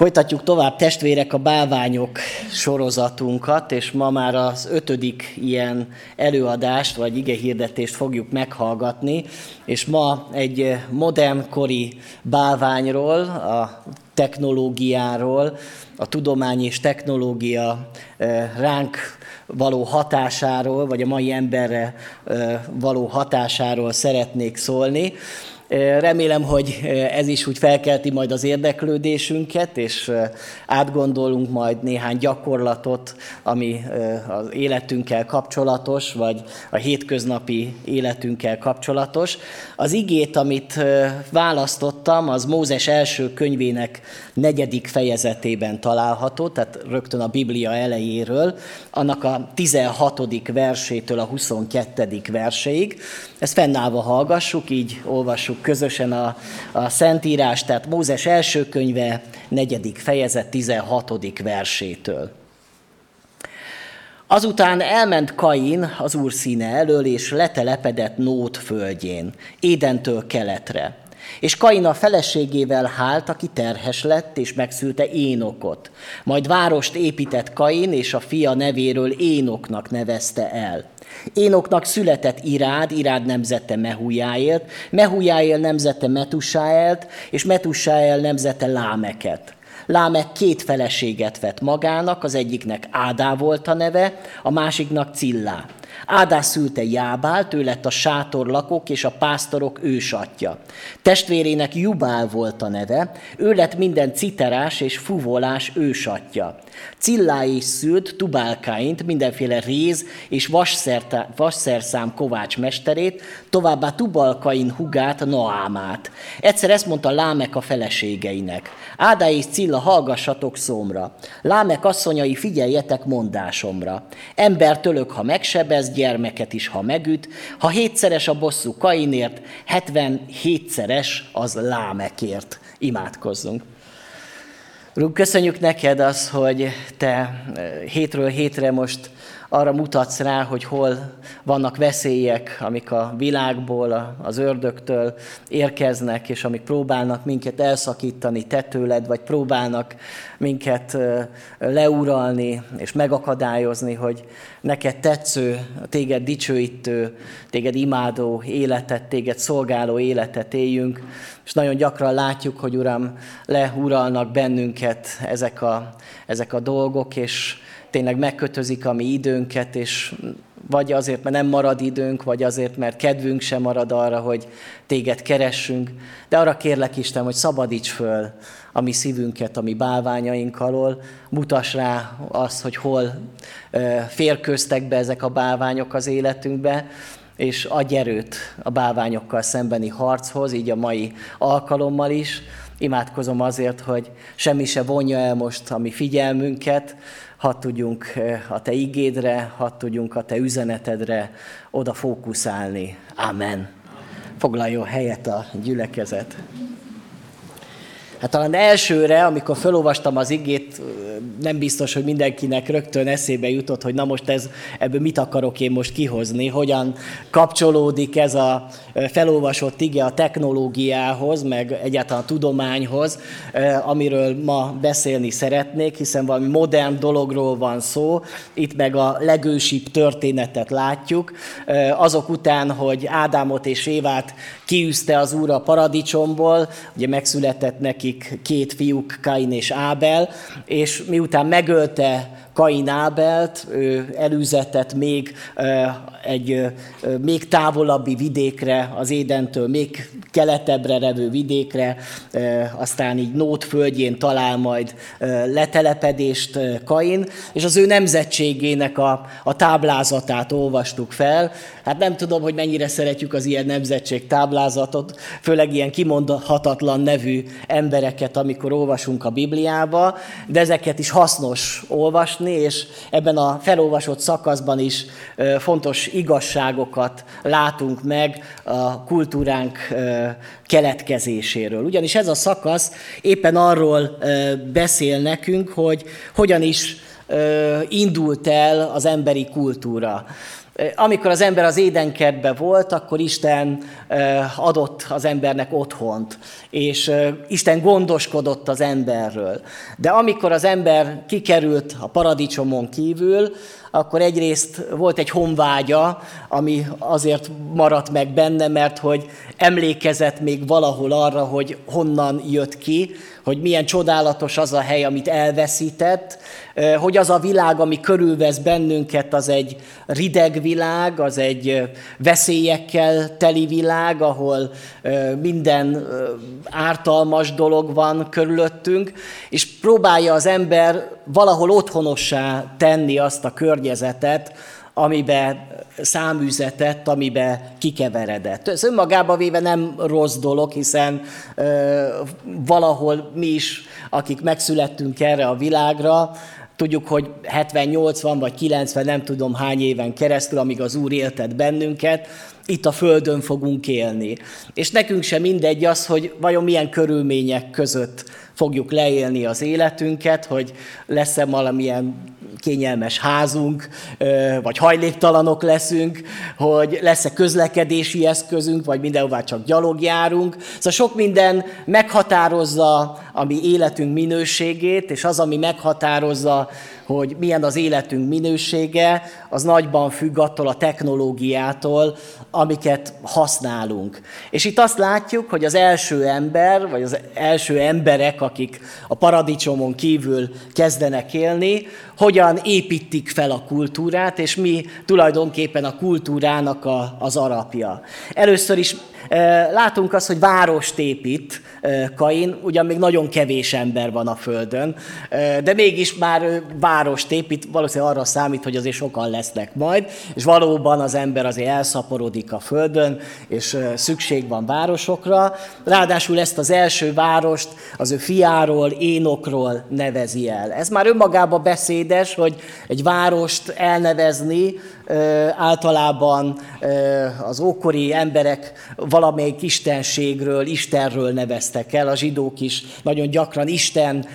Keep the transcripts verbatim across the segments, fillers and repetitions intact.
Folytatjuk tovább, testvérek, a bálványok sorozatunkat, és ma már az ötödik ilyen előadást, vagy igehirdetést fogjuk meghallgatni, és ma egy modernkori bálványról, a technológiáról, a tudomány és technológia ránk való hatásáról, vagy a mai emberre való hatásáról szeretnék szólni. Remélem, hogy ez is úgy felkelti majd az érdeklődésünket, és átgondolunk majd néhány gyakorlatot, ami az életünkkel kapcsolatos, vagy a hétköznapi életünkkel kapcsolatos. Az igét, amit választottam, az Mózes első könyvének negyedik fejezetében található, tehát rögtön a Biblia elejéről, annak a tizenhatodik versétől a huszonkettedik verséig. Ezt fennállva hallgassuk, így olvassuk közösen a, a Szentírás, tehát Mózes első könyve, negyedik fejezet, tizenhatodik versétől. Azután elment Kain az Úr színe elől, és letelepedett Nód földjén, Édentől keletre. És Kain a feleségével hált, aki terhes lett, és megszülte Énokot. Majd várost épített Kain, és a fia nevéről Énoknak nevezte el. Énoknak született Irád, Irád nemzete Mehujáélt, Mehujáél nemzete Metusáelt, és Metusáel nemzete Lámeket. Lámek két feleséget vett magának, az egyiknek Ádá volt a neve, a másiknak Cillá. Ádá szülte Jábált, ő lett a sátorlakók és a pásztorok ősatja. Testvérének Jubál volt a neve, ő lett minden citerás és fuvolás ősatja. Cillá is szült Tubálkáint, mindenféle réz és vasszerszám kovács mesterét, továbbá Tubalkain hugát, Naámát. Egyszer ezt mondta Lámek a feleségeinek: Ádá és Cilla, hallgassatok szómra. Lámek asszonyai, figyeljetek mondásomra. Ember tölök, ha megsebez, gyermeket is, ha megüt. Ha hétszeres a bosszú Kainért, hetvenhétszeres az Lámekért. Imádkozzunk. Urunk, köszönjük neked az, hogy te hétről hétre most arra mutatsz rá, hogy hol vannak veszélyek, amik a világból, az ördögtől érkeznek, és amik próbálnak minket elszakítani te tőled, vagy próbálnak minket leuralni és megakadályozni, hogy neked tetsző, téged dicsőítő, téged imádó életet, téged szolgáló életet éljünk. És nagyon gyakran látjuk, hogy Uram, leuralnak bennünket ezek a, ezek a dolgok, és tényleg megkötözik a mi időnket, és vagy azért, mert nem marad időnk, vagy azért, mert kedvünk sem marad arra, hogy téged keressünk. De arra kérlek, Isten, hogy szabadíts föl a mi szívünket, a mi bálványaink alól, mutass rá azt, hogy hol férkőztek be ezek a bálványok az életünkbe, és adj erőt a bálványokkal szembeni harchoz, így a mai alkalommal is. Imádkozom azért, hogy semmi se vonja el most a mi figyelmünket, hadd tudjunk a te igédre, hadd tudjunk a te üzenetedre oda fókuszálni. Amen. Foglaljon helyet a gyülekezet. Hát talán elsőre, amikor felolvastam az igét, nem biztos, hogy mindenkinek rögtön eszébe jutott, hogy na most ez, ebből mit akarok én most kihozni, hogyan kapcsolódik ez a felolvasott ige a technológiához, meg egyáltalán a tudományhoz, amiről ma beszélni szeretnék, hiszen valami modern dologról van szó, itt meg a legősibb történetet látjuk. Azok után, hogy Ádámot és Évát kiűzte az Úr a paradicsomból, ugye megszületett neki két fiúk, Kain és Ábel, és miután megölte Kain Ábelt, ő elűzetett még egy még távolabbi vidékre, az Édentől még keletebbre levő vidékre, aztán így Nód földjén talál majd letelepedést Kain, és az ő nemzetségének a, a táblázatát olvastuk fel. Hát nem tudom, hogy mennyire szeretjük az ilyen nemzetség táblázatot, főleg ilyen kimondhatatlan nevű embereket, amikor olvasunk a Bibliába, de ezeket is hasznos olvasni, és ebben a felolvasott szakaszban is fontos igazságokat látunk meg a kultúránk keletkezéséről. Ugyanis ez a szakasz éppen arról beszél nekünk, hogy hogyan is indult el az emberi kultúra. Amikor az ember az édenkertben volt, akkor Isten adott az embernek otthont, és Isten gondoskodott az emberről. De amikor az ember kikerült a paradicsomon kívül, akkor egyrészt volt egy honvágya, ami azért maradt meg benne, mert hogy emlékezett még valahol arra, hogy honnan jött ki, hogy milyen csodálatos az a hely, amit elveszített, hogy az a világ, ami körülvesz bennünket, az egy rideg világ, az egy veszélyekkel teli világ, ahol minden ártalmas dolog van körülöttünk, és próbálja az ember valahol otthonossá tenni azt a környezetet, amibe száműzetett, amibe kikeveredett. Ez önmagában véve nem rossz dolog, hiszen ö, valahol mi is, akik megszülettünk erre a világra, tudjuk, hogy hetven, nyolcvan vagy kilencven, nem tudom hány éven keresztül, amíg az Úr éltet bennünket, itt a Földön fogunk élni. És nekünk sem mindegy az, hogy vajon milyen körülmények között fogjuk leélni az életünket, hogy lesz-e valamilyen kényelmes házunk, vagy hajléktalanok leszünk, hogy lesz-e közlekedési eszközünk, vagy mindenhová csak gyalog járunk. Szóval sok minden meghatározza a mi életünk minőségét, és az, ami meghatározza, hogy milyen az életünk minősége, az nagyban függ attól a technológiától, amiket használunk. És itt azt látjuk, hogy az első ember, vagy az első emberek, akik a paradicsomon kívül kezdenek élni, hogyan építik fel a kultúrát, és mi tulajdonképpen a kultúrának a, az alapja. Először is e, látunk azt, hogy várost épít e, Kain, ugyan még nagyon kevés ember van a Földön, e, de mégis már várost épít, valószínűleg arra számít, hogy azért sokan lesznek majd, és valóban az ember azért elszaporodik a Földön, és e, szükség van városokra. Ráadásul ezt az első várost az ő fiáról, Énokról nevezi el. Ez már önmagában beszédes, hogy egy várost elnevezni, általában az ókori emberek valamelyik istenségről, Istenről neveztek el. A zsidók is nagyon gyakran Isten,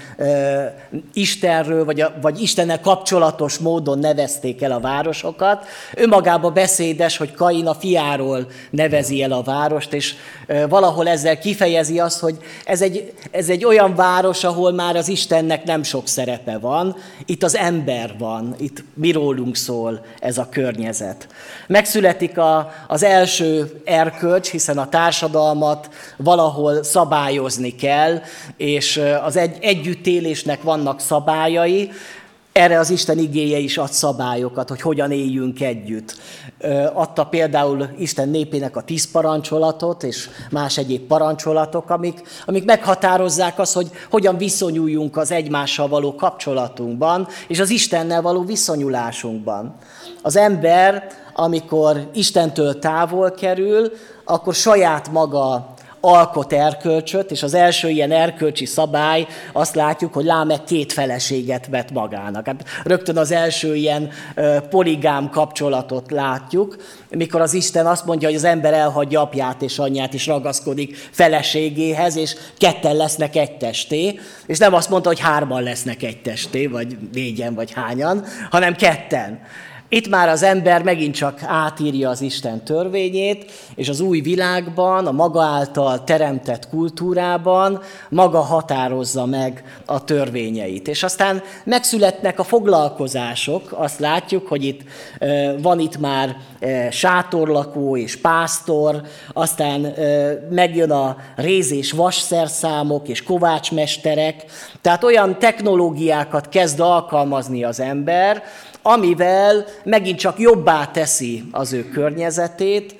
Istenről, vagy, a, vagy Istennel kapcsolatos módon nevezték el a városokat. Önmagában beszédes, hogy Kain a fiáról nevezi el a várost, és valahol ezzel kifejezi azt, hogy ez egy, ez egy olyan város, ahol már az Istennek nem sok szerepe van. Itt az ember van, itt mi rólunk szól ez a környezet. Megszületik a, az első erkölcs, hiszen a társadalmat valahol szabályozni kell, és az egy, együttélésnek vannak szabályai. Erre az Isten igéje is ad szabályokat, hogy hogyan éljünk együtt. Adta például Isten népének a tíz parancsolatot, és más egyéb parancsolatok, amik, amik meghatározzák azt, hogy hogyan viszonyuljunk az egymással való kapcsolatunkban, és az Istennel való viszonyulásunkban. Az ember, amikor Istentől távol kerül, akkor saját maga alkot erkölcsöt, és az első ilyen erkölcsi szabály, azt látjuk, hogy Lámek két feleséget vett magának. Hát rögtön az első ilyen poligám kapcsolatot látjuk, mikor az Isten azt mondja, hogy az ember elhagyja apját és anyját, és ragaszkodik feleségéhez, és ketten lesznek egy testé, és nem azt mondta, hogy hárman lesznek egy testé, vagy négyen, vagy hányan, hanem ketten. Itt már az ember megint csak átírja az Isten törvényét, és az új világban, a maga által teremtett kultúrában maga határozza meg a törvényeit. És aztán megszületnek a foglalkozások, azt látjuk, hogy itt van itt már sátorlakó és pásztor, aztán megjön a réz- és vasszerszámok és kovácsmesterek, tehát olyan technológiákat kezd alkalmazni az ember, amivel megint csak jobbá teszi az ő környezetét,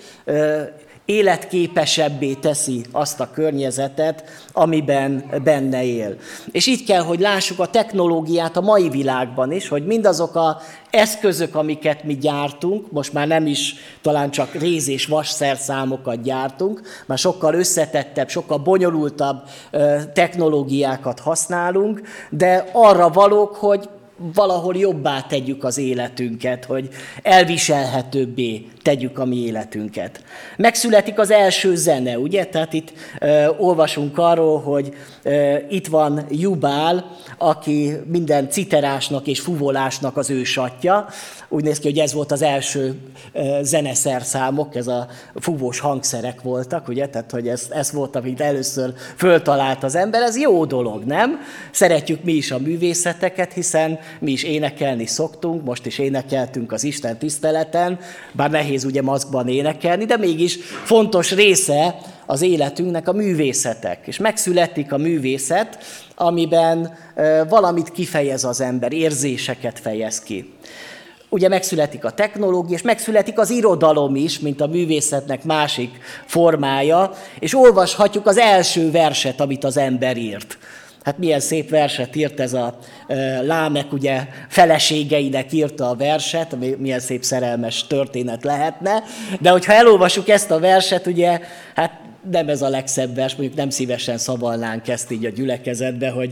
életképesebbé teszi azt a környezetet, amiben benne él. És így kell, hogy lássuk a technológiát a mai világban is, hogy mindazok az eszközök, amiket mi gyártunk, most már nem is talán csak réz- és vasszerszámokat gyártunk, már sokkal összetettebb, sokkal bonyolultabb technológiákat használunk, de arra valók, hogy valahol jobbá tegyük az életünket, hogy elviselhetőbbé tegyük a mi életünket. Megszületik az első zene, ugye? Tehát itt ö, olvasunk arról, hogy ö, itt van Jubál, aki minden citerásnak és fuvolásnak az ősatja. Úgy néz ki, hogy ez volt az első ö, zeneszerszámok, ez a fúvós hangszerek voltak, ugye? Tehát, hogy ez, ez volt, amit először föltalált az ember. Ez jó dolog, nem? Szeretjük mi is a művészeteket, hiszen mi is énekelni szoktunk, most is énekeltünk az Isten tiszteleten, bár nehéz ugye maszkban énekelni, de mégis fontos része az életünknek a művészetek. És megszületik a művészet, amiben valamit kifejez az ember, érzéseket fejez ki. Ugye megszületik a technológia, és megszületik az irodalom is, mint a művészetnek másik formája, és olvashatjuk az első verset, amit az ember írt. Hát milyen szép verset írt ez a Lámek, ugye feleségeinek írta a verset, milyen szép szerelmes történet lehetne, de hogyha elolvasjuk ezt a verset, ugye, hát nem ez a legszebb vers, mondjuk nem szívesen szavalnánk ezt így a gyülekezetbe, hogy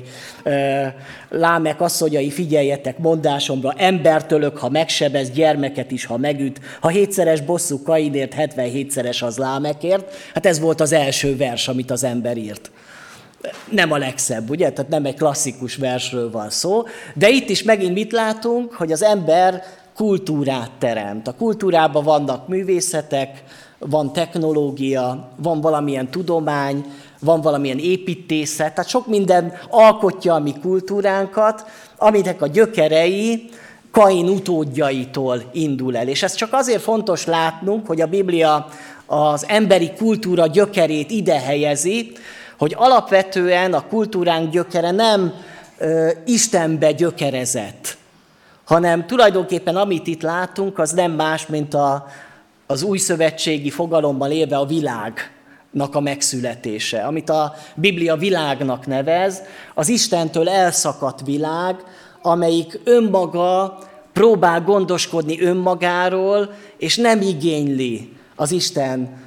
Lámek asszonyai, figyeljetek mondásomra, embert ölök, ha megsebez, gyermeket is, ha megüt, ha hétszeres bosszú Kainért, hetvenhétszeres az Lámekért. Hát ez volt az első vers, amit az ember írt. Nem a legszebb, ugye? Tehát nem egy klasszikus versről van szó, de itt is megint mit látunk, hogy az ember kultúrát teremt. A kultúrában vannak művészetek, van technológia, van valamilyen tudomány, van valamilyen építészet, tehát sok minden alkotja a mi kultúránkat, aminek a gyökerei Kain utódjaitól indul el. És ez csak azért fontos látnunk, hogy a Biblia az emberi kultúra gyökerét ide helyezi, hogy alapvetően a kultúránk gyökere nem ö, Istenbe gyökerezett, hanem tulajdonképpen amit itt látunk, az nem más, mint a, az újszövetségi fogalommal élve a világnak a megszületése. Amit a Biblia világnak nevez, az Istentől elszakadt világ, amelyik önmaga próbál gondoskodni önmagáról, és nem igényli az Isten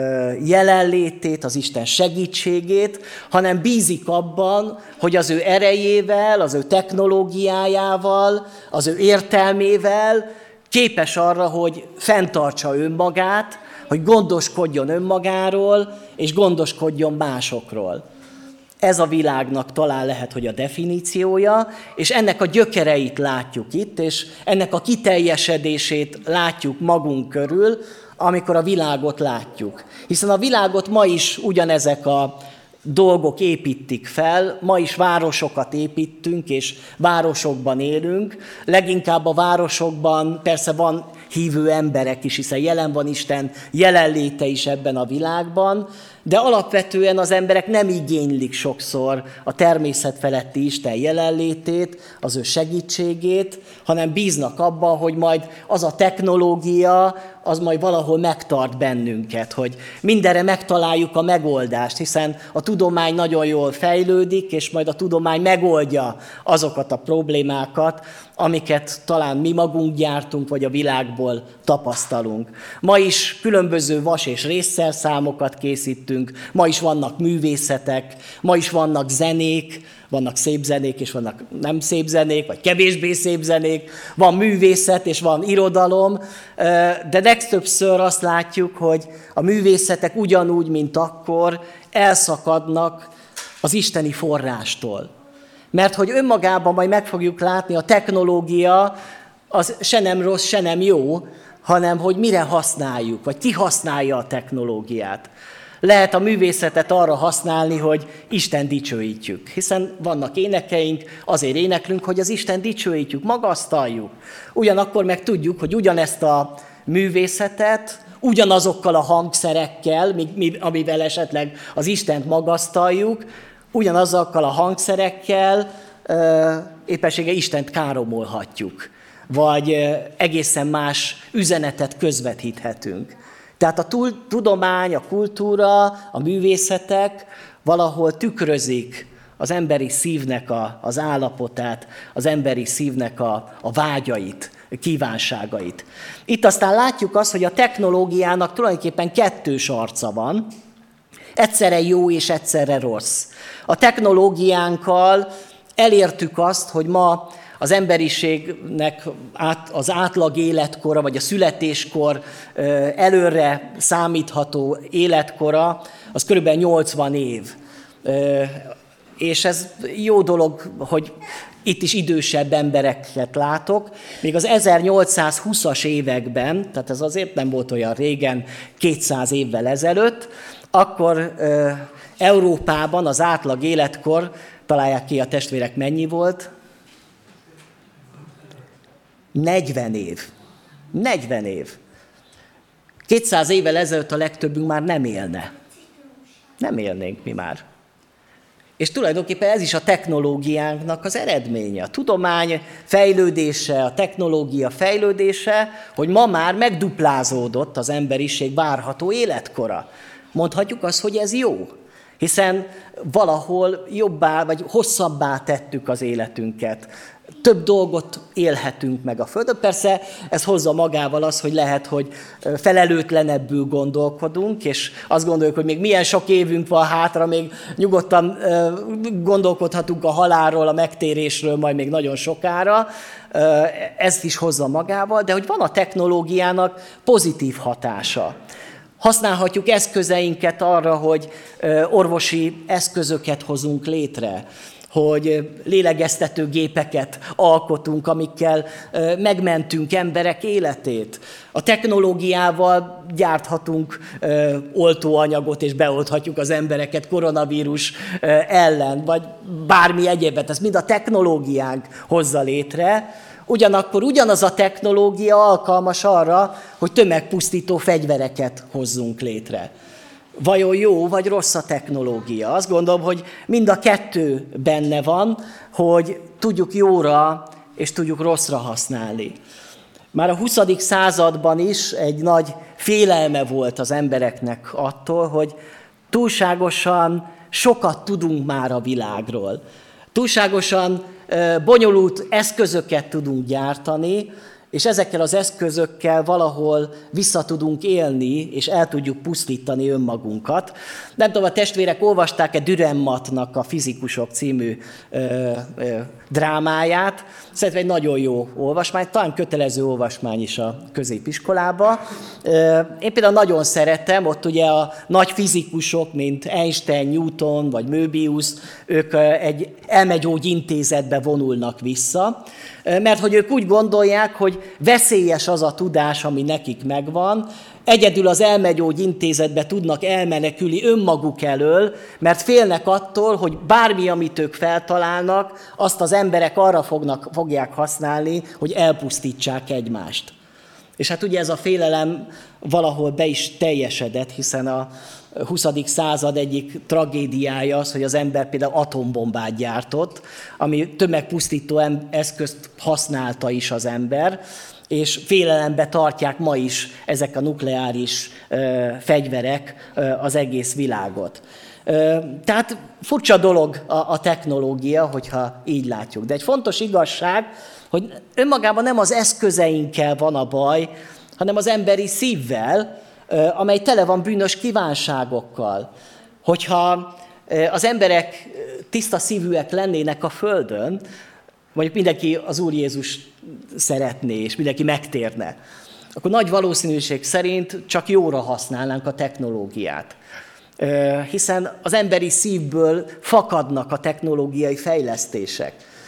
jelenlétét, az Isten segítségét, hanem bízik abban, hogy az ő erejével, az ő technológiájával, az ő értelmével képes arra, hogy fenntartsa önmagát, hogy gondoskodjon önmagáról, és gondoskodjon másokról. Ez a világnak talán lehet, hogy a definíciója, és ennek a gyökereit látjuk itt, és ennek a kiteljesedését látjuk magunk körül, amikor a világot látjuk. Hiszen a világot ma is ugyanezek a dolgok építik fel, ma is városokat építünk, és városokban élünk. Leginkább a városokban persze van hívő emberek is, hiszen jelen van Isten jelenléte is ebben a világban, de alapvetően az emberek nem igénylik sokszor a természet feletti Isten jelenlétét, az ő segítségét, hanem bíznak abban, hogy majd az a technológia, az majd valahol megtart bennünket, hogy mindenre megtaláljuk a megoldást, hiszen a tudomány nagyon jól fejlődik, és majd a tudomány megoldja azokat a problémákat, amiket talán mi magunk gyártunk, vagy a világból tapasztalunk. Ma is különböző vas- és rézszerszámokat készítünk, ma is vannak művészetek, ma is vannak zenék, vannak szép zenék, és vannak nem szép zenék, vagy kevésbé szép zenék, van művészet, és van irodalom, de legtöbbször azt látjuk, hogy a művészetek ugyanúgy, mint akkor, elszakadnak az isteni forrástól. Mert hogy önmagában majd meg fogjuk látni, a technológia az se nem rossz, se nem jó, hanem hogy mire használjuk, vagy ki használja a technológiát. Lehet a művészetet arra használni, hogy Isten dicsőítjük, hiszen vannak énekeink, azért éneklünk, hogy az Isten dicsőítjük, magasztaljuk. Ugyanakkor meg tudjuk, hogy ugyanezt a művészetet, ugyanazokkal a hangszerekkel, amivel esetleg az Istent magasztaljuk, ugyanazokkal a hangszerekkel éppensége Istent káromolhatjuk, vagy egészen más üzenetet közvetíthetünk. Tehát a tudomány, a kultúra, a művészetek valahol tükrözik az emberi szívnek a, az állapotát, az emberi szívnek a, a vágyait, kívánságait. Itt aztán látjuk azt, hogy a technológiának tulajdonképpen kettős arca van, egyszerre jó és egyszerre rossz. A technológiánkkal elértük azt, hogy ma az emberiségnek az átlag életkora, vagy a születéskor előre számítható életkora, az körülbelül nyolcvan év. És ez jó dolog, hogy itt is idősebb embereket látok. Még az ezernyolcszázhúszas években, tehát ez azért nem volt olyan régen, kétszáz évvel ezelőtt, akkor Európában az átlag életkor, találják ki a testvérek, mennyi volt? negyven év. negyven év. kétszáz évvel ezelőtt a legtöbbünk már nem élne. Nem élnénk mi már. És tulajdonképpen ez is a technológiánknak az eredménye. A tudomány fejlődése, a technológia fejlődése, hogy ma már megduplázódott az emberiség várható életkora. Mondhatjuk azt, hogy ez jó, hiszen valahol jobbá vagy hosszabbá tettük az életünket. Több dolgot élhetünk meg a Földön. Persze ez hozza magával az, hogy lehet, hogy felelőtlenebbül gondolkodunk, és azt gondoljuk, hogy még milyen sok évünk van hátra, még nyugodtan gondolkodhatunk a halálról, a megtérésről majd még nagyon sokára. Ez is hozza magával, de hogy van a technológiának pozitív hatása. Használhatjuk eszközeinket arra, hogy orvosi eszközöket hozunk létre, hogy lélegeztető gépeket alkotunk, amikkel megmentünk emberek életét. A technológiával gyárthatunk oltóanyagot, és beolthatjuk az embereket koronavírus ellen, vagy bármi egyébet. Ez mind a technológiánk hozza létre. Ugyanakkor ugyanaz a technológia alkalmas arra, hogy tömegpusztító fegyvereket hozzunk létre. Vajon jó vagy rossz a technológia? Azt gondolom, hogy mind a kettő benne van, hogy tudjuk jóra és tudjuk rosszra használni. Már a huszadik században is egy nagy félelme volt az embereknek attól, hogy túlságosan sokat tudunk már a világról. Túlságosan bonyolult eszközöket tudunk gyártani, és ezekkel az eszközökkel valahol vissza tudunk élni, és el tudjuk pusztítani önmagunkat. Nem tudom, a testvérek olvasták-e Dürrenmattnak a Fizikusok című ö, ö, drámáját. Szerintem egy nagyon jó olvasmány, talán kötelező olvasmány is a középiskolába. Én például nagyon szeretem, ott ugye a nagy fizikusok, mint Einstein, Newton vagy Möbius, ők egy elmegyógyintézetbe vonulnak vissza, mert hogy ők úgy gondolják, hogy veszélyes az a tudás, ami nekik megvan, egyedül az elmegyógyintézetbe tudnak elmenekülni önmaguk elől, mert félnek attól, hogy bármi, amit ők feltalálnak, azt az emberek arra fognak, fogják használni, hogy elpusztítsák egymást. És hát ugye ez a félelem valahol be is teljesedett, hiszen a huszadik század egyik tragédiája az, hogy az ember például atombombát gyártott, ami tömegpusztító eszközt használta is az ember, és félelembe tartják ma is ezek a nukleáris ö, fegyverek ö, az egész világot. Ö, tehát furcsa dolog a, a technológia, hogyha így látjuk. De egy fontos igazság, hogy önmagában nem az eszközeinkkel van a baj, hanem az emberi szívvel, ö, amely tele van bűnös kívánságokkal. Hogyha ö, az emberek tiszta szívűek lennének a Földön, mondjuk mindenki az Úr Jézus szeretné, és mindenki megtérne, akkor nagy valószínűség szerint csak jóra használnánk a technológiát. Hiszen az emberi szívből fakadnak a technológiai fejlesztések.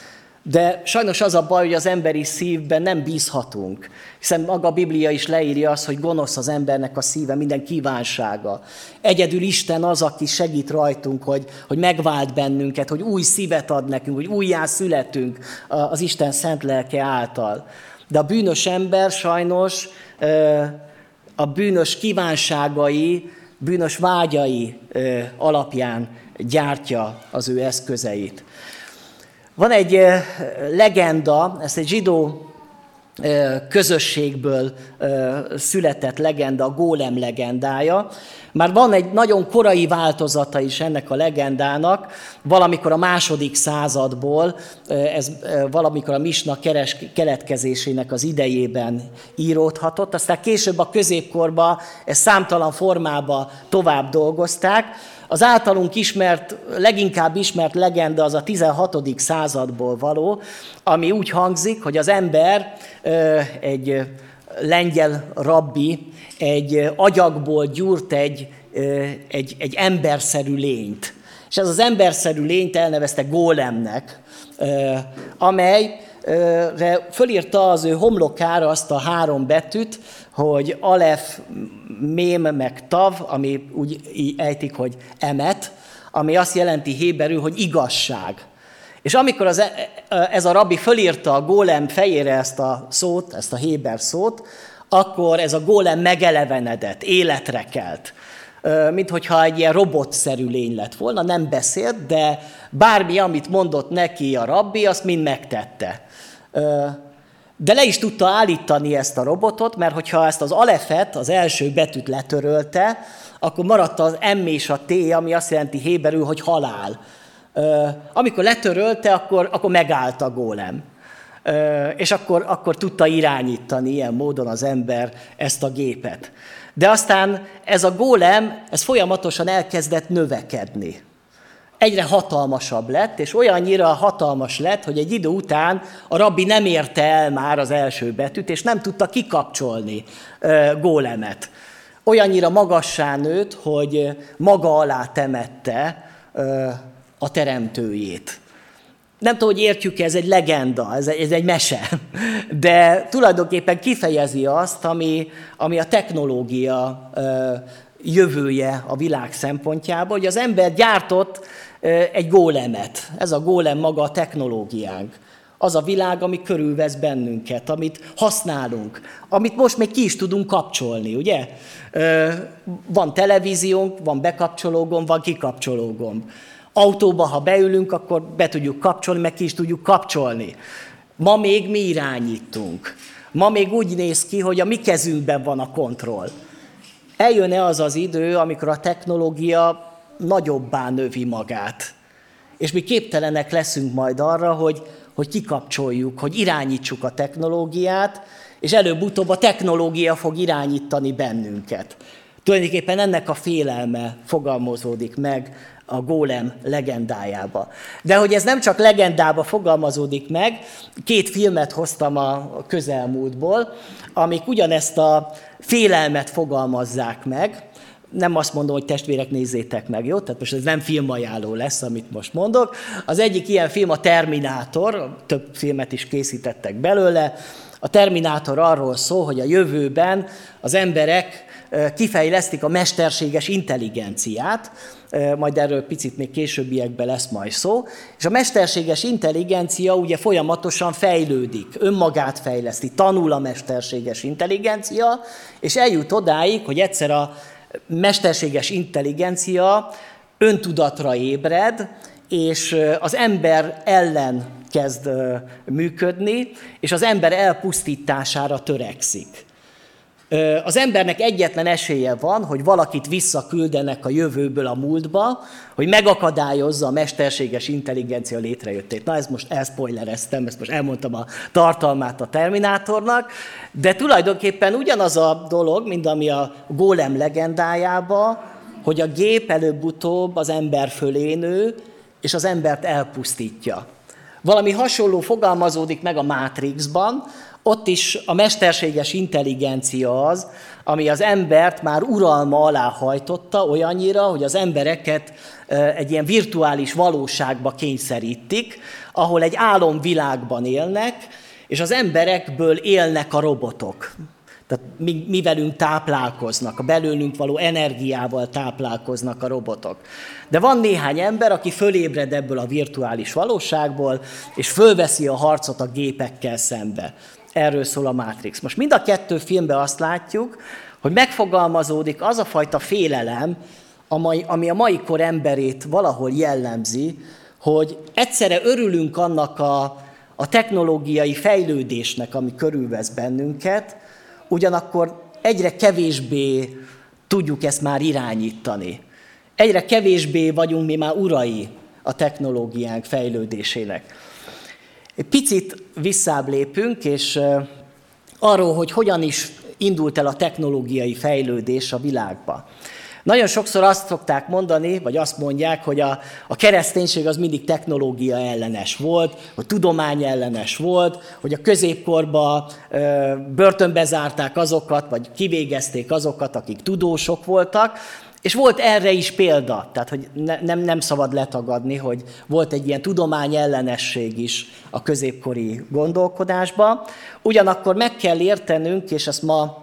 De sajnos az a baj, hogy az emberi szívben nem bízhatunk, hiszen maga a Biblia is leírja azt, hogy gonosz az embernek a szíve, minden kívánsága. Egyedül Isten az, aki segít rajtunk, hogy, hogy megvált bennünket, hogy új szívet ad nekünk, hogy újjá születünk az Isten szent lelke által. De a bűnös ember sajnos a bűnös kívánságai, bűnös vágyai alapján gyártja az ő eszközeit. Van egy legenda, ez egy zsidó közösségből született legenda, a Gólem legendája. Már van egy nagyon korai változata is ennek a legendának, valamikor a második századból, ez valamikor a misna keres, keletkezésének az idejében íródhatott, aztán később a középkorban ezt számtalan formában tovább dolgozták. Az általunk ismert, leginkább ismert legenda az a tizenhatodik századból való, ami úgy hangzik, hogy az ember, egy lengyel rabbi, egy agyagból gyúrt egy, egy, egy emberszerű lényt. És ez az emberszerű lényt elnevezte gólemnek, amelyre fölírta az ő homlokára azt a három betűt, hogy alef, mém, meg tav, ami úgy ejtik, hogy emet, ami azt jelenti héberül, hogy igazság. És amikor az, ez a rabbi fölírta a gólem fejére ezt a szót, ezt a héber szót, akkor ez a gólem megelevenedett, életre kelt. Mint hogyha egy ilyen robotszerű lény lett volna, nem beszélt, de bármi, amit mondott neki a rabbi, azt mind megtette. De le is tudta állítani ezt a robotot, mert hogyha ezt az alefet, az első betűt letörölte, akkor maradt az M és a T, ami azt jelenti héberül, hogy halál. Amikor letörölte, akkor, akkor megállt a gólem. És akkor, akkor tudta irányítani ilyen módon az ember ezt a gépet. De aztán ez a gólem, ez folyamatosan elkezdett növekedni. Egyre hatalmasabb lett, és olyannyira hatalmas lett, hogy egy idő után a rabbi nem érte el már az első betűt, és nem tudta kikapcsolni gólemet. Olyannyira magassá nőtt, hogy maga alá temette a teremtőjét. Nem tudom, hogy értjük, ez egy legenda, ez egy, ez egy mese, de tulajdonképpen kifejezi azt, ami, ami a technológia jövője a világ szempontjából, hogy az ember gyártott egy gólemet. Ez a gólem maga a technológiánk. Az a világ, ami körülvesz bennünket, amit használunk, amit most még ki is tudunk kapcsolni, ugye? Van televíziónk, van bekapcsológomb, van kikapcsológomb. Autóba, ha beülünk, akkor be tudjuk kapcsolni, meg ki is tudjuk kapcsolni. Ma még mi irányítunk. Ma még úgy néz ki, hogy a mi kezünkben van a kontroll. Eljön-e az az idő, amikor a technológia nagyobbá növi magát, és mi képtelenek leszünk majd arra, hogy, hogy kikapcsoljuk, hogy irányítsuk a technológiát, és előbb-utóbb a technológia fog irányítani bennünket. Tulajdonképpen ennek a félelme fogalmazódik meg a gólem legendájába. De hogy ez nem csak legendába fogalmazódik meg, két filmet hoztam a közelmúltból, amik ugyanezt a félelmet fogalmazzák meg. Nem azt mondom, hogy testvérek, nézzétek meg, jó? Tehát most ez nem filmajánló lesz, amit most mondok. Az egyik ilyen film a Terminátor, több filmet is készítettek belőle. A Terminátor arról szól, hogy a jövőben az emberek kifejlesztik a mesterséges intelligenciát, majd erről picit még későbbiekben lesz majd szó, és a mesterséges intelligencia ugye folyamatosan fejlődik, önmagát fejleszti, tanul a mesterséges intelligencia, és eljut odáig, hogy egyszer a mesterséges intelligencia öntudatra ébred, és az ember ellen kezd működni, és az ember elpusztítására törekszik. Az embernek egyetlen esélye van, hogy valakit visszaküldenek a jövőből a múltba, hogy megakadályozza a mesterséges intelligencia létrejöttét. Na, ezt most elspoilereztem, ezt most elmondtam a tartalmát a Terminátornak, de tulajdonképpen ugyanaz a dolog, mint ami a gólem legendájában, hogy a gép előbb-utóbb az ember fölé nő, és az embert elpusztítja. Valami hasonló fogalmazódik meg a Matrixban. Ott is a mesterséges intelligencia az, ami az embert már uralma alá hajtotta olyannyira, hogy az embereket egy ilyen virtuális valóságba kényszerítik, ahol egy álomvilágban élnek, és az emberekből élnek a robotok. Tehát mi, mi velünk táplálkoznak, a belőlünk való energiával táplálkoznak a robotok. De van néhány ember, aki fölébred ebből a virtuális valóságból, és fölveszi a harcot a gépekkel szembe. Erről szól a Matrix. Most mind a kettő filmben azt látjuk, hogy megfogalmazódik az a fajta félelem, ami a mai kor emberét valahol jellemzi, hogy egyszerre örülünk annak a, a technológiai fejlődésnek, ami körülvesz bennünket, ugyanakkor egyre kevésbé tudjuk ezt már irányítani. Egyre kevésbé vagyunk mi már urai a technológiánk fejlődésének. Egy picit visszább lépünk, és arról, hogy hogyan is indult el a technológiai fejlődés a világba. Nagyon sokszor azt szokták mondani, vagy azt mondják, hogy a, a kereszténység az mindig technológia ellenes volt, hogy tudomány ellenes volt, hogy a középkorban ö, börtönbe zárták azokat, vagy kivégezték azokat, akik tudósok voltak, és volt erre is példa, tehát hogy ne, nem, nem szabad letagadni, hogy volt egy ilyen tudomány ellenesség is a középkori gondolkodásban. Ugyanakkor meg kell értenünk, és ezt ma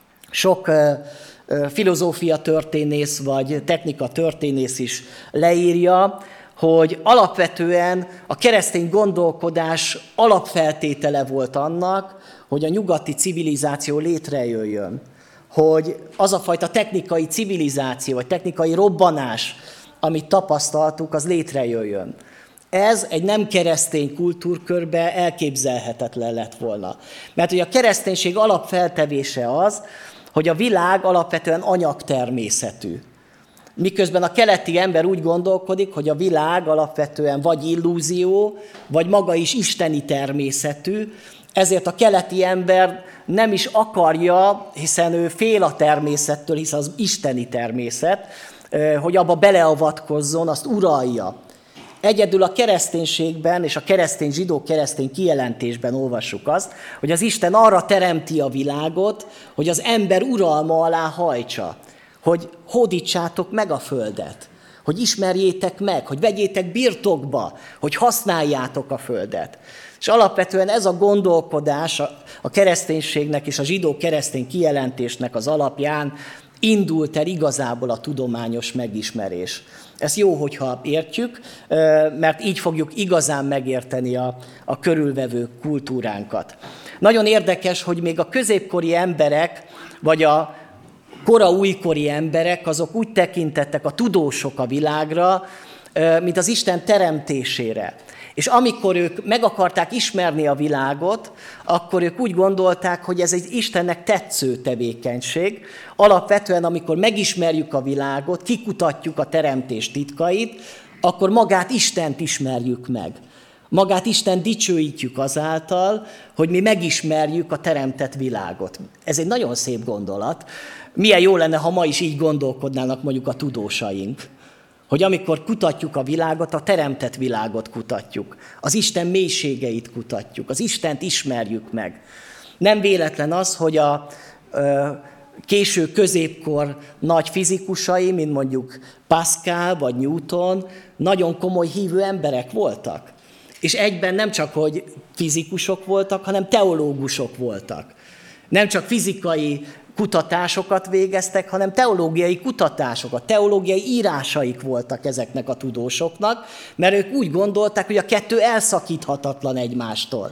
sok ö, ö, filozófia történész vagy technika történész is leírja, hogy alapvetően a keresztény gondolkodás alapfeltétele volt annak, hogy a nyugati civilizáció létrejöjjön. Hogy az a fajta technikai civilizáció, vagy technikai robbanás, amit tapasztaltuk, az létrejöjjön. Ez egy nem keresztény kultúrkörbe elképzelhetetlen lett volna. Mert ugye a kereszténység alapfeltevése az, hogy a világ alapvetően anyagtermészetű. Miközben a keleti ember úgy gondolkodik, hogy a világ alapvetően vagy illúzió, vagy maga is isteni természetű, ezért a keleti ember nem is akarja, hiszen ő fél a természettől, hisz az isteni természet, hogy abba beleavatkozzon, azt uralja. Egyedül a kereszténységben és a keresztény zsidó keresztény kijelentésben olvassuk azt, hogy az Isten arra teremti a világot, hogy az ember uralma alá hajtsa, hogy hódítsátok meg a földet, hogy ismerjétek meg, hogy vegyétek birtokba, hogy használjátok a földet. És alapvetően ez a gondolkodás a kereszténységnek és a zsidó keresztény kijelentésnek az alapján indult el igazából a tudományos megismerés. Ez jó, hogyha értjük, mert így fogjuk igazán megérteni a, a körülvevő kultúránkat. Nagyon érdekes, hogy még a középkori emberek, vagy a kora újkori emberek, azok úgy tekintettek a tudósok a világra, mint az Isten teremtésére. És amikor ők meg akarták ismerni a világot, akkor ők úgy gondolták, hogy ez egy Istennek tetsző tevékenység. Alapvetően, amikor megismerjük a világot, kikutatjuk a teremtés titkait, akkor magát Istent ismerjük meg. Magát Isten dicsőítjük azáltal, hogy mi megismerjük a teremtett világot. Ez egy nagyon szép gondolat. Milyen jó lenne, ha ma is így gondolkodnának mondjuk a tudósaink. Hogy amikor kutatjuk a világot, a teremtett világot kutatjuk. Az Isten mélységeit kutatjuk. Az Istent ismerjük meg. Nem véletlen az, hogy a ö, késő középkor nagy fizikusai, mint mondjuk Pascal vagy Newton, nagyon komoly hívő emberek voltak. És egyben nem csak, hogy fizikusok voltak, hanem teológusok voltak. Nem csak fizikai kutatásokat végeztek, hanem teológiai kutatásokat, teológiai írásaik voltak ezeknek a tudósoknak, mert ők úgy gondolták, hogy a kettő elszakíthatatlan egymástól.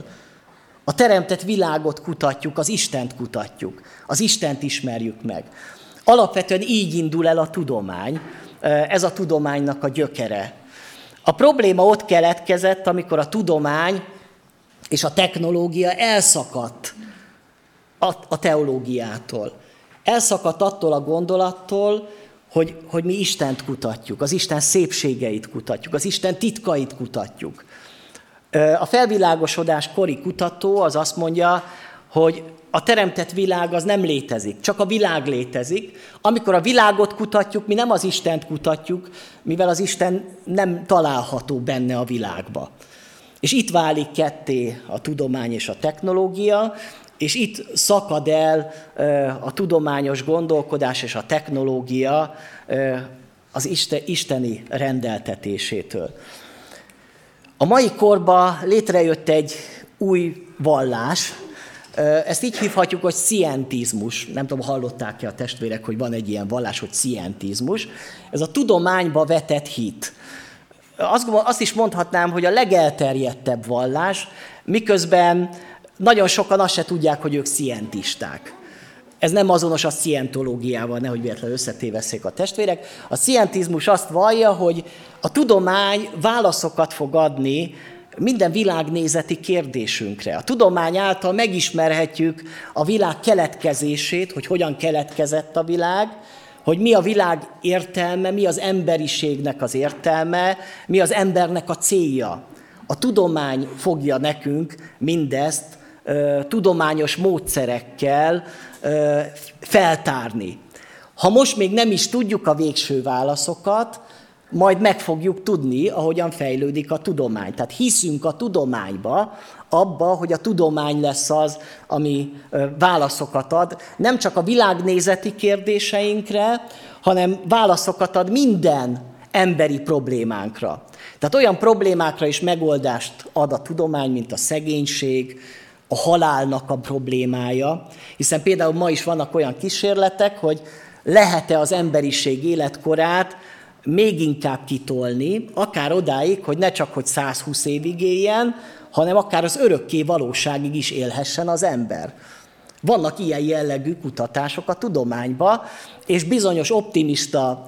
A teremtett világot kutatjuk, az Istent kutatjuk, az Istent ismerjük meg. Alapvetően így indul el a tudomány, ez a tudománynak a gyökere. A probléma ott keletkezett, amikor a tudomány és a technológia elszakadt a teológiától. Elszakadt attól a gondolattól, hogy, hogy mi Istent kutatjuk, az Isten szépségeit kutatjuk, az Isten titkait kutatjuk. A felvilágosodás kori kutató az azt mondja, hogy a teremtett világ az nem létezik, csak a világ létezik. Amikor a világot kutatjuk, mi nem az Istent kutatjuk, mivel az Isten nem található benne a világba. És itt válik ketté a tudomány és a technológia, és itt szakad el a tudományos gondolkodás és a technológia az isteni rendeltetésétől. A mai korban létrejött egy új vallás, ezt így hívhatjuk, hogy szientizmus. Nem tudom, hallották-e a testvérek, hogy van egy ilyen vallás, hogy szientizmus. Ez a tudományba vetett hit. Azt, azt is mondhatnám, hogy a legelterjedtebb vallás, miközben nagyon sokan azt se tudják, hogy ők szientisták. Ez nem azonos a szientológiával, nehogy véletlenül összetévesszék a testvérek. A szientizmus azt vallja, hogy a tudomány válaszokat fog adni minden világnézeti kérdésünkre. A tudomány által megismerhetjük a világ keletkezését, hogy hogyan keletkezett a világ, hogy mi a világ értelme, mi az emberiségnek az értelme, mi az embernek a célja. A tudomány fogja nekünk mindezt ö, tudományos módszerekkel ö, feltárni. Ha most még nem is tudjuk a végső válaszokat, majd meg fogjuk tudni, ahogyan fejlődik a tudomány. Tehát hiszünk a tudományba, abba, hogy a tudomány lesz az, ami válaszokat ad, nem csak a világnézeti kérdéseinkre, hanem válaszokat ad minden emberi problémánkra. Tehát olyan problémákra is megoldást ad a tudomány, mint a szegénység, a halálnak a problémája, hiszen például ma is vannak olyan kísérletek, hogy lehet-e az emberiség életkorát még inkább kitolni, akár odáig, hogy ne csak hogy százhúsz évig éljen, hanem akár az örökké valóságig is élhessen az ember. Vannak ilyen jellegű kutatások a tudományban, és bizonyos optimista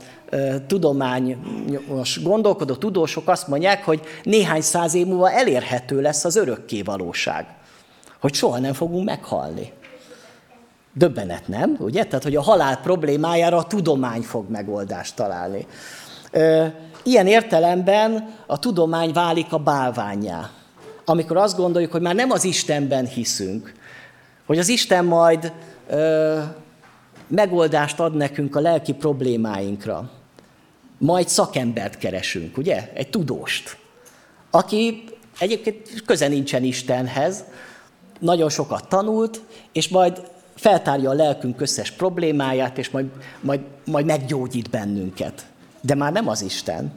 tudományos gondolkodó tudósok azt mondják, hogy néhány száz év múlva elérhető lesz az örökké valóság, hogy soha nem fogunk meghalni. Döbbenet, nem? Ugye? Tehát, hogy a halál problémájára a tudomány fog megoldást találni. Ilyen értelemben a tudomány válik a bálvánnyá. Amikor azt gondoljuk, hogy már nem az Istenben hiszünk, hogy az Isten majd ö, megoldást ad nekünk a lelki problémáinkra, majd szakembert keresünk, ugye? Egy tudóst, aki egyébként köze nincsen Istenhez, nagyon sokat tanult, és majd feltárja a lelkünk összes problémáját, és majd, majd, majd meggyógyít bennünket. De már nem az Isten.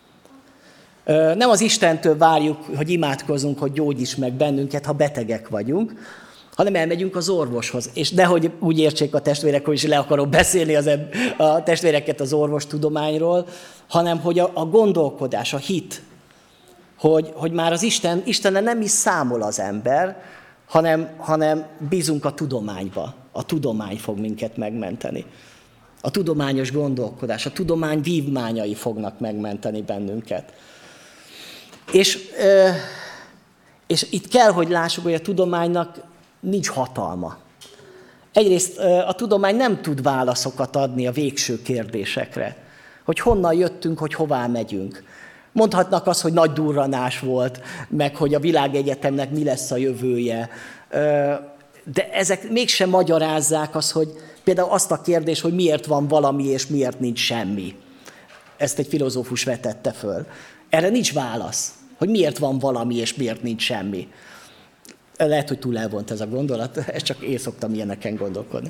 Nem az Istentől várjuk, hogy imádkozunk, hogy gyógyíts meg bennünket, ha betegek vagyunk, hanem elmegyünk az orvoshoz. És nehogy úgy értsék a testvérek, hogy is le akarok beszélni az eb- a testvéreket az orvostudományról, hanem hogy a, a gondolkodás, a hit, hogy, hogy már az Isten, Istennel nem is számol az ember, hanem, hanem bízunk a tudományba. A tudomány fog minket megmenteni. A tudományos gondolkodás, a tudomány vívmányai fognak megmenteni bennünket. És, és itt kell, hogy lássuk, hogy a tudománynak nincs hatalma. Egyrészt a tudomány nem tud válaszokat adni a végső kérdésekre, hogy honnan jöttünk, hogy hová megyünk. Mondhatnak azt, hogy nagy durranás volt, meg hogy a világegyetemnek mi lesz a jövője, de ezek mégsem magyarázzák azt, hogy például azt a kérdést, hogy miért van valami és miért nincs semmi. Ezt egy filozófus vetette föl. Erre nincs válasz, hogy miért van valami és miért nincs semmi. Lehet, hogy túl elvont ez a gondolat, ezt csak én szoktam ilyeneken gondolkodni.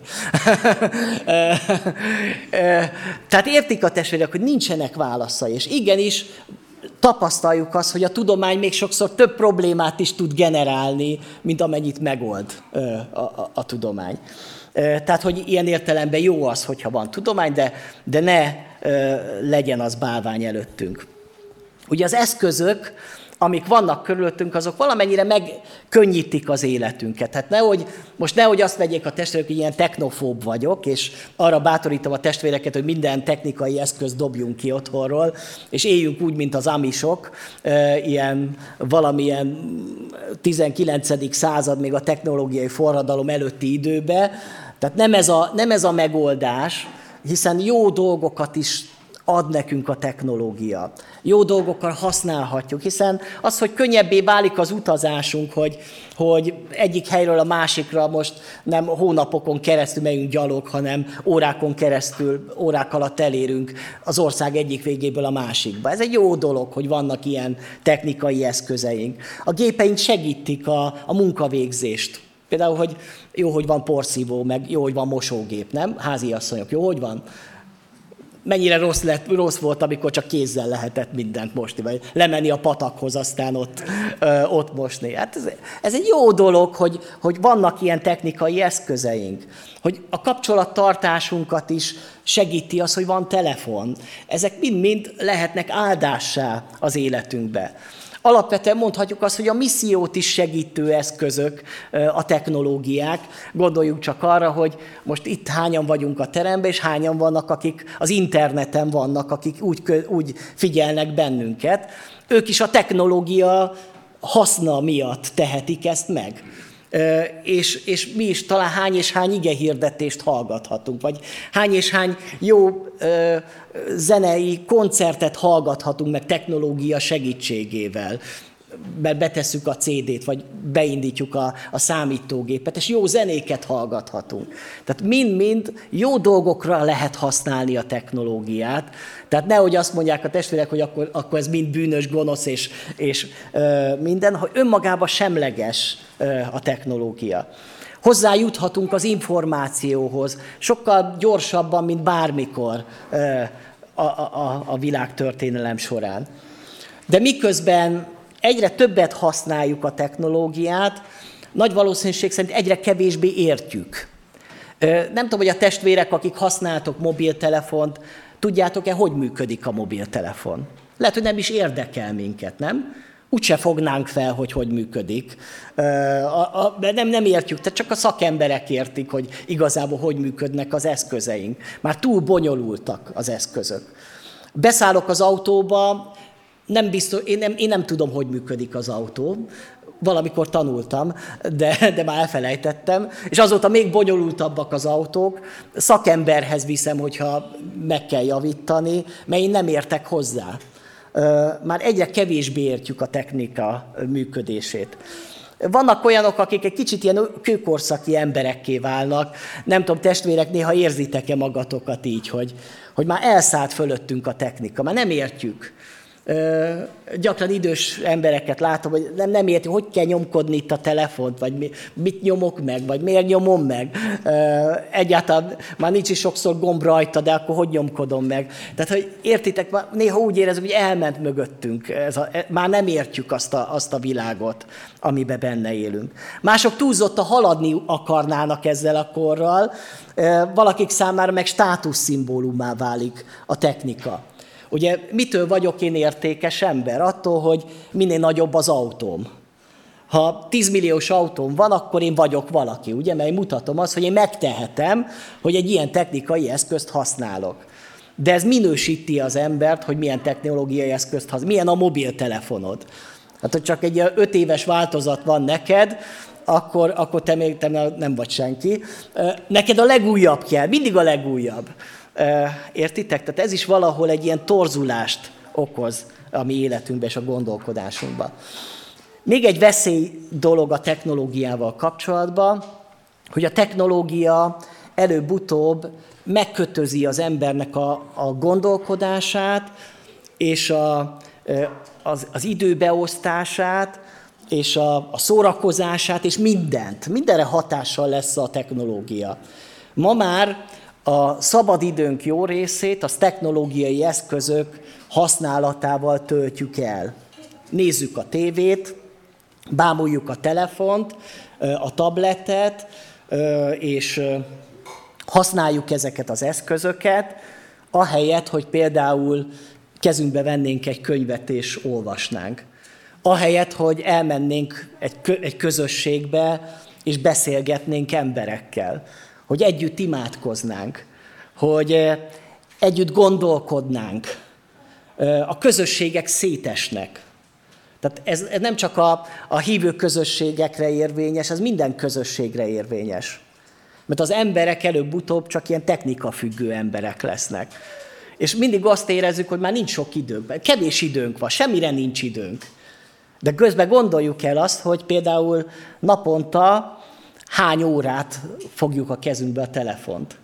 Tehát értik a testvérek, hogy nincsenek válaszai, és igenis tapasztaljuk azt, hogy a tudomány még sokszor több problémát is tud generálni, mint amennyit megold a, a, a tudomány. Tehát, hogy ilyen értelemben jó az, hogyha van tudomány, de, de ne legyen az bálvány előttünk. Ugye az eszközök, amik vannak körülöttünk, azok valamennyire megkönnyítik az életünket. Tehát nehogy, most nehogy azt vegyék a testvérek, hogy ilyen technofób vagyok, és arra bátorítom a testvéreket, hogy minden technikai eszközt dobjunk ki otthonról, és éljünk úgy, mint az amisok, ilyen valamilyen tizenkilencedik század, még a technológiai forradalom előtti időbe. Tehát nem ez a, nem ez a megoldás, hiszen jó dolgokat is ad nekünk a technológia. Jó dolgokkal használhatjuk, hiszen az, hogy könnyebbé válik az utazásunk, hogy, hogy egyik helyről a másikra most nem hónapokon keresztül megyünk gyalog, hanem órákon keresztül, órák alatt elérünk az ország egyik végéből a másikba. Ez egy jó dolog, hogy vannak ilyen technikai eszközeink. A gépeink segítik a, a munkavégzést. Például, hogy jó, hogy van porszívó, meg jó, hogy van mosógép, nem? Háziasszonyok, jó, hogy van? Mennyire rossz, lett, rossz volt, amikor csak kézzel lehetett mindent mosni, vagy lemenni a patakhoz, aztán ott, ö, ott mosni. Hát ez, ez egy jó dolog, hogy, hogy vannak ilyen technikai eszközeink, hogy a kapcsolattartásunkat is segíti az, hogy van telefon. Ezek mind-mind lehetnek áldássá az életünkbe. Alapvetően mondhatjuk azt, hogy a missziót is segítő eszközök a technológiák. Gondoljunk csak arra, hogy most itt hányan vagyunk a teremben, és hányan vannak, akik az interneten vannak, akik úgy, úgy figyelnek bennünket. Ők is a technológia haszna miatt tehetik ezt meg. És, és mi is talán hány és hány igehirdetést hallgathatunk, vagy hány és hány jó ö, zenei koncertet hallgathatunk meg technológia segítségével. mert betesszük a cé dét, vagy beindítjuk a, a számítógépet, és jó zenéket hallgathatunk. Tehát mind-mind jó dolgokra lehet használni a technológiát. Tehát nehogy azt mondják a testvérek, hogy akkor, akkor ez mind bűnös, gonosz és, és ö, minden, hogy önmagában semleges ö, a technológia. Hozzájuthatunk az információhoz sokkal gyorsabban, mint bármikor ö, a, a, a világtörténelem során. De miközben egyre többet használjuk a technológiát, nagy valószínűség szerint egyre kevésbé értjük. Nem tudom, hogy a testvérek, akik használtok mobiltelefont, tudjátok-e, hogy működik a mobiltelefon? Lehet, hogy nem is érdekel minket, nem? Úgyse fognánk fel, hogy hogy működik. De nem, nem értjük, tehát csak a szakemberek értik, hogy igazából hogy működnek az eszközeink. Már túl bonyolultak az eszközök. Beszállok az autóba, nem biztos, én, nem, én nem tudom, hogy működik az autó. Valamikor tanultam, de, de már elfelejtettem. És azóta még bonyolultabbak az autók. Szakemberhez viszem, hogyha meg kell javítani, mert én nem értek hozzá. Már egyre kevésbé értjük a technika működését. Vannak olyanok, akik egy kicsit ilyen kőkorszaki emberekké válnak. Nem tudom, testvérek, néha érzitek-e magatokat így, hogy, hogy már elszállt fölöttünk a technika, már nem értjük. Ö, gyakran idős embereket látom, hogy nem, nem érti, hogy kell nyomkodni itt a telefont, vagy mi, mit nyomok meg, vagy miért nyomom meg. Ö, egyáltalán már nincs is sokszor gomb rajta, de akkor hogy nyomkodom meg. Tehát, hogy értitek, néha úgy érezzük, hogy elment mögöttünk. Ez a, már nem értjük azt a, azt a világot, amiben benne élünk. Mások túlzottan haladni akarnának ezzel a korral, ö, valakik számára meg státuszszimbólummá válik a technika. Ugye mitől vagyok én értékes ember? Attól, hogy minél nagyobb az autóm. Ha tízmilliós autóm van, akkor én vagyok valaki, ugye? Mert én mutatom azt, hogy én megtehetem, hogy egy ilyen technikai eszközt használok. De ez minősíti az embert, hogy milyen technológiai eszközt használ. Milyen a mobiltelefonod. Hát, hogy csak egy öt éves változat van neked, akkor, akkor te még te nem vagy senki. Neked a legújabb kell, mindig a legújabb. Értitek? Tehát ez is valahol egy ilyen torzulást okoz a mi életünkben és a gondolkodásunkban. Még egy veszély dolog a technológiával kapcsolatban, hogy a technológia előbb-utóbb megkötözi az embernek a, a gondolkodását és a, az, az időbeosztását és a, a szórakozását és mindent. Mindenre hatással lesz a technológia. Ma már a szabadidőnk jó részét az technológiai eszközök használatával töltjük el. Nézzük a tévét, bámuljuk a telefont, a tabletet, és használjuk ezeket az eszközöket, ahelyett, hogy például kezünkbe vennénk egy könyvet és olvasnánk. Ahelyett, hogy elmennénk egy közösségbe és beszélgetnénk emberekkel. Hogy együtt imádkoznánk, hogy együtt gondolkodnánk. A közösségek szétesnek. Tehát ez, ez nem csak a, a hívő közösségekre érvényes, ez minden közösségre érvényes. Mert az emberek előbb-utóbb csak ilyen technikafüggő emberek lesznek. És mindig azt érezzük, hogy már nincs sok időnk, kevés időnk van, semmire nincs időnk. De közben gondoljuk el azt, hogy például naponta hány órát fogjuk a kezünkbe a telefont.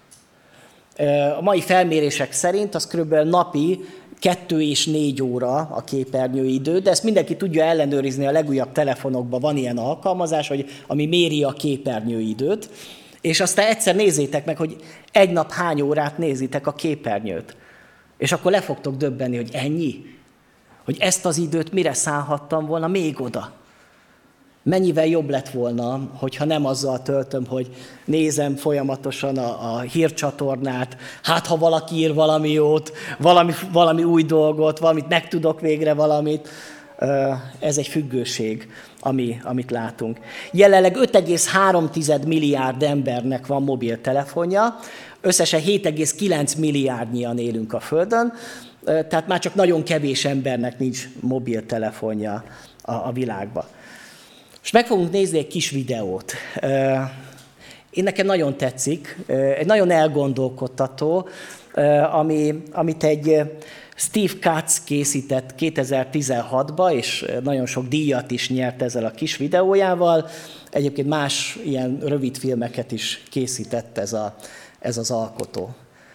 A mai felmérések szerint az kb. Napi kettő és négy óra a képernyőidő, de ezt mindenki tudja ellenőrizni, a legújabb telefonokban van ilyen alkalmazás, hogy, ami méri a képernyőidőt, és aztán egyszer nézzétek meg, hogy egy nap hány órát nézitek a képernyőt. És akkor le fogtok döbbenni, hogy ennyi? Hogy ezt az időt mire szállhattam volna még oda? Mennyivel jobb lett volna, hogyha nem azzal töltöm, hogy nézem folyamatosan a, a hírcsatornát, hát ha valaki ír valami jót, valami, valami új dolgot, valamit megtudok végre valamit. Ez egy függőség, ami, amit látunk. Jelenleg öt egész három milliárd embernek van mobiltelefonja, összesen hét egész kilenc milliárdnyian élünk a Földön, tehát már csak nagyon kevés embernek nincs mobiltelefonja a, a világban. És meg fogunk nézni egy kis videót. Én nekem nagyon tetszik, egy nagyon elgondolkodtató, ami, amit egy Steve Katz készített kétezer-tizenhatban, és nagyon sok díjat is nyert ezzel a kis videójával. Egyébként más ilyen rövid filmeket is készített ez, a, ez az alkotó.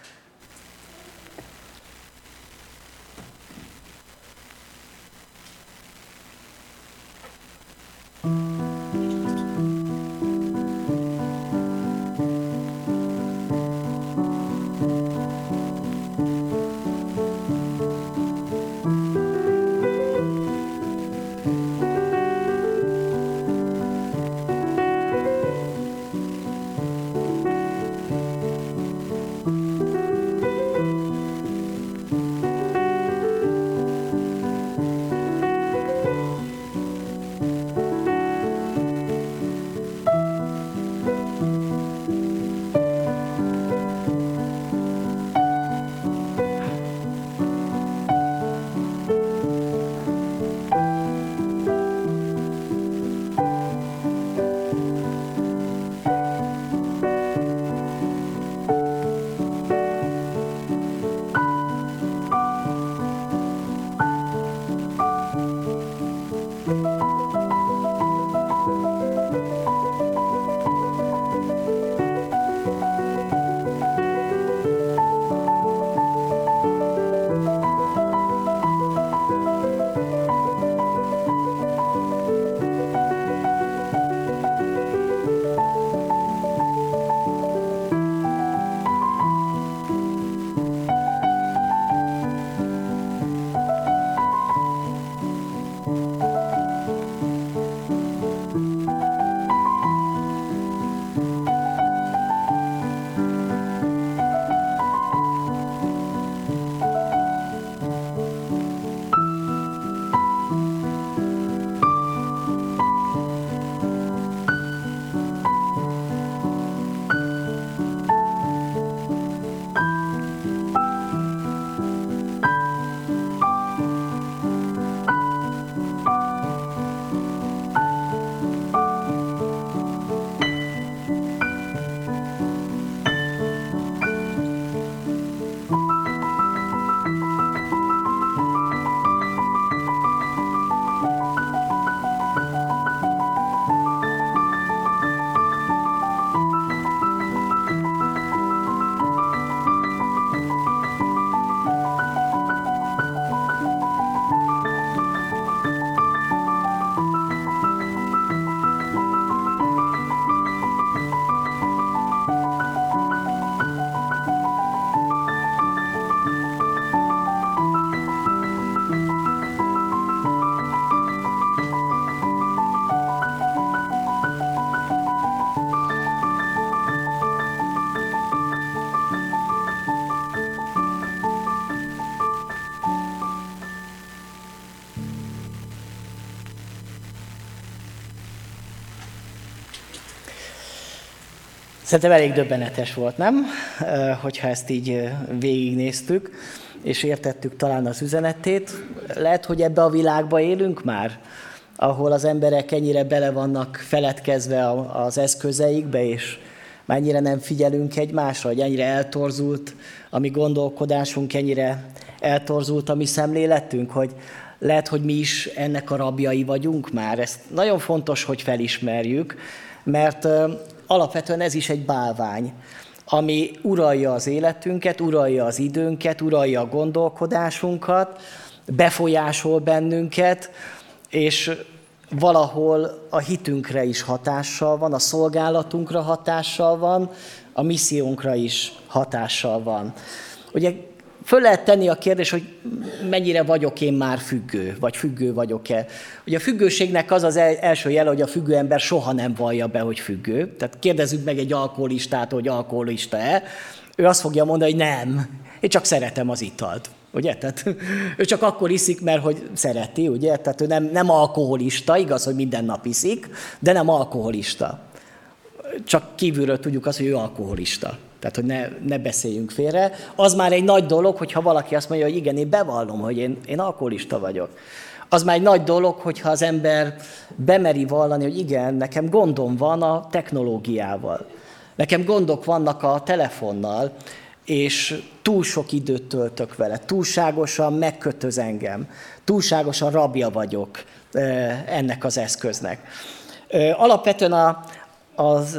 Szerintem elég döbbenetes volt, nem? Hogyha ezt így végignéztük, és értettük talán az üzenetét. Lehet, hogy ebbe a világba élünk már, ahol az emberek ennyire bele vannak feledkezve az eszközeikbe, és mennyire nem figyelünk egymásra, hogy ennyire eltorzult a mi gondolkodásunk, ennyire eltorzult a mi szemléletünk, hogy lehet, hogy mi is ennek a rabjai vagyunk már. Ezt nagyon fontos, hogy felismerjük, mert alapvetően ez is egy bálvány, ami uralja az életünket, uralja az időnket, uralja a gondolkodásunkat, befolyásol bennünket, és valahol a hitünkre is hatással van, a szolgálatunkra hatással van, a missziónkra is hatással van. Ugye föl lehet tenni a kérdés, hogy mennyire vagyok én már függő, vagy függő vagyok-e. Ugye a függőségnek az az első jele, hogy a függő ember soha nem vallja be, hogy függő. Tehát kérdezzük meg egy alkoholistát, hogy alkoholista-e. Ő azt fogja mondani, hogy nem, én csak szeretem az italt. Ugye? Tehát ő csak akkor iszik, mert hogy szereti, ugye? Tehát ő nem, nem alkoholista, igaz, hogy minden nap iszik, de nem alkoholista. Csak kívülről tudjuk azt, hogy ő alkoholista. Tehát, hogy ne, ne beszéljünk félre. Az már egy nagy dolog, hogyha valaki azt mondja, hogy igen, én bevallom, hogy én, én alkoholista vagyok. Az már egy nagy dolog, hogyha az ember bemeri vallani, hogy igen, nekem gondom van a technológiával. Nekem gondok vannak a telefonnal, és túl sok időt töltök vele, túlságosan megkötöz engem, túlságosan rabja vagyok ennek az eszköznek. Alapvetően a, az,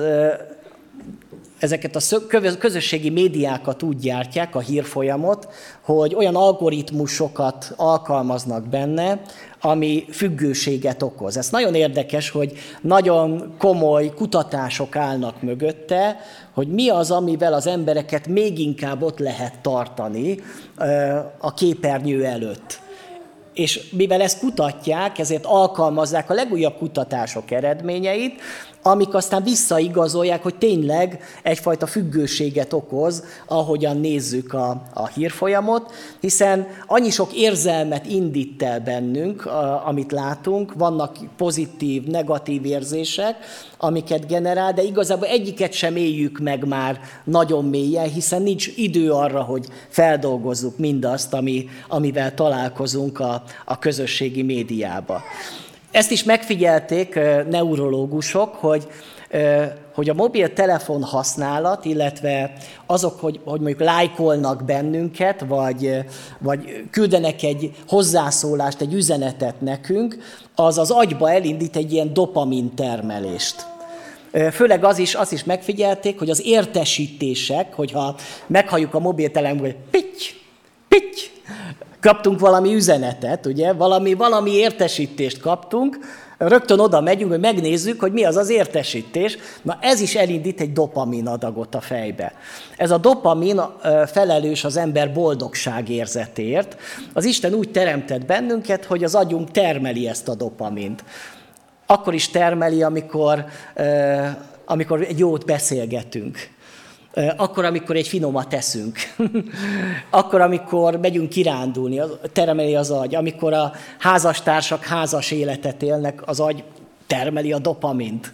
ezeket a közösségi médiákat úgy gyártják, a hírfolyamot, hogy olyan algoritmusokat alkalmaznak benne, ami függőséget okoz. Ez nagyon érdekes, hogy nagyon komoly kutatások állnak mögötte, hogy mi az, amivel az embereket még inkább ott lehet tartani a képernyő előtt. És mivel ezt kutatják, ezért alkalmazzák a legújabb kutatások eredményeit, amik aztán visszaigazolják, hogy tényleg egyfajta függőséget okoz, ahogyan nézzük a, a hírfolyamot, hiszen annyi sok érzelmet indít el bennünk, a, amit látunk, vannak pozitív, negatív érzések, amiket generál, de igazából egyiket sem éljük meg már nagyon mélyen, hiszen nincs idő arra, hogy feldolgozzuk mindazt, ami, amivel találkozunk a, a közösségi médiába. Ezt is megfigyelték neurológusok, hogy, hogy a mobiltelefon használat, illetve azok, hogy, hogy mondjuk lájkolnak bennünket, vagy, vagy küldenek egy hozzászólást, egy üzenetet nekünk, az az agyba elindít egy ilyen dopamin termelést. Főleg az is, azt is megfigyelték, hogy az értesítések, hogyha meghalljuk a mobiltelefonban, hogy pitty, pitty, kaptunk valami üzenetet, ugye, valami, valami értesítést kaptunk, rögtön oda megyünk, hogy megnézzük, hogy mi az az értesítés. Na ez is elindít egy dopamin adagot a fejbe. Ez a dopamin felelős az ember boldogságérzetért. Az Isten úgy teremtett bennünket, hogy az agyunk termeli ezt a dopamint. Akkor is termeli, amikor, amikor egy jót beszélgetünk. Akkor, amikor egy finomat teszünk, akkor, amikor megyünk kirándulni, termeli az agy, amikor a házastársak házas életet élnek, az agy termeli a dopamint.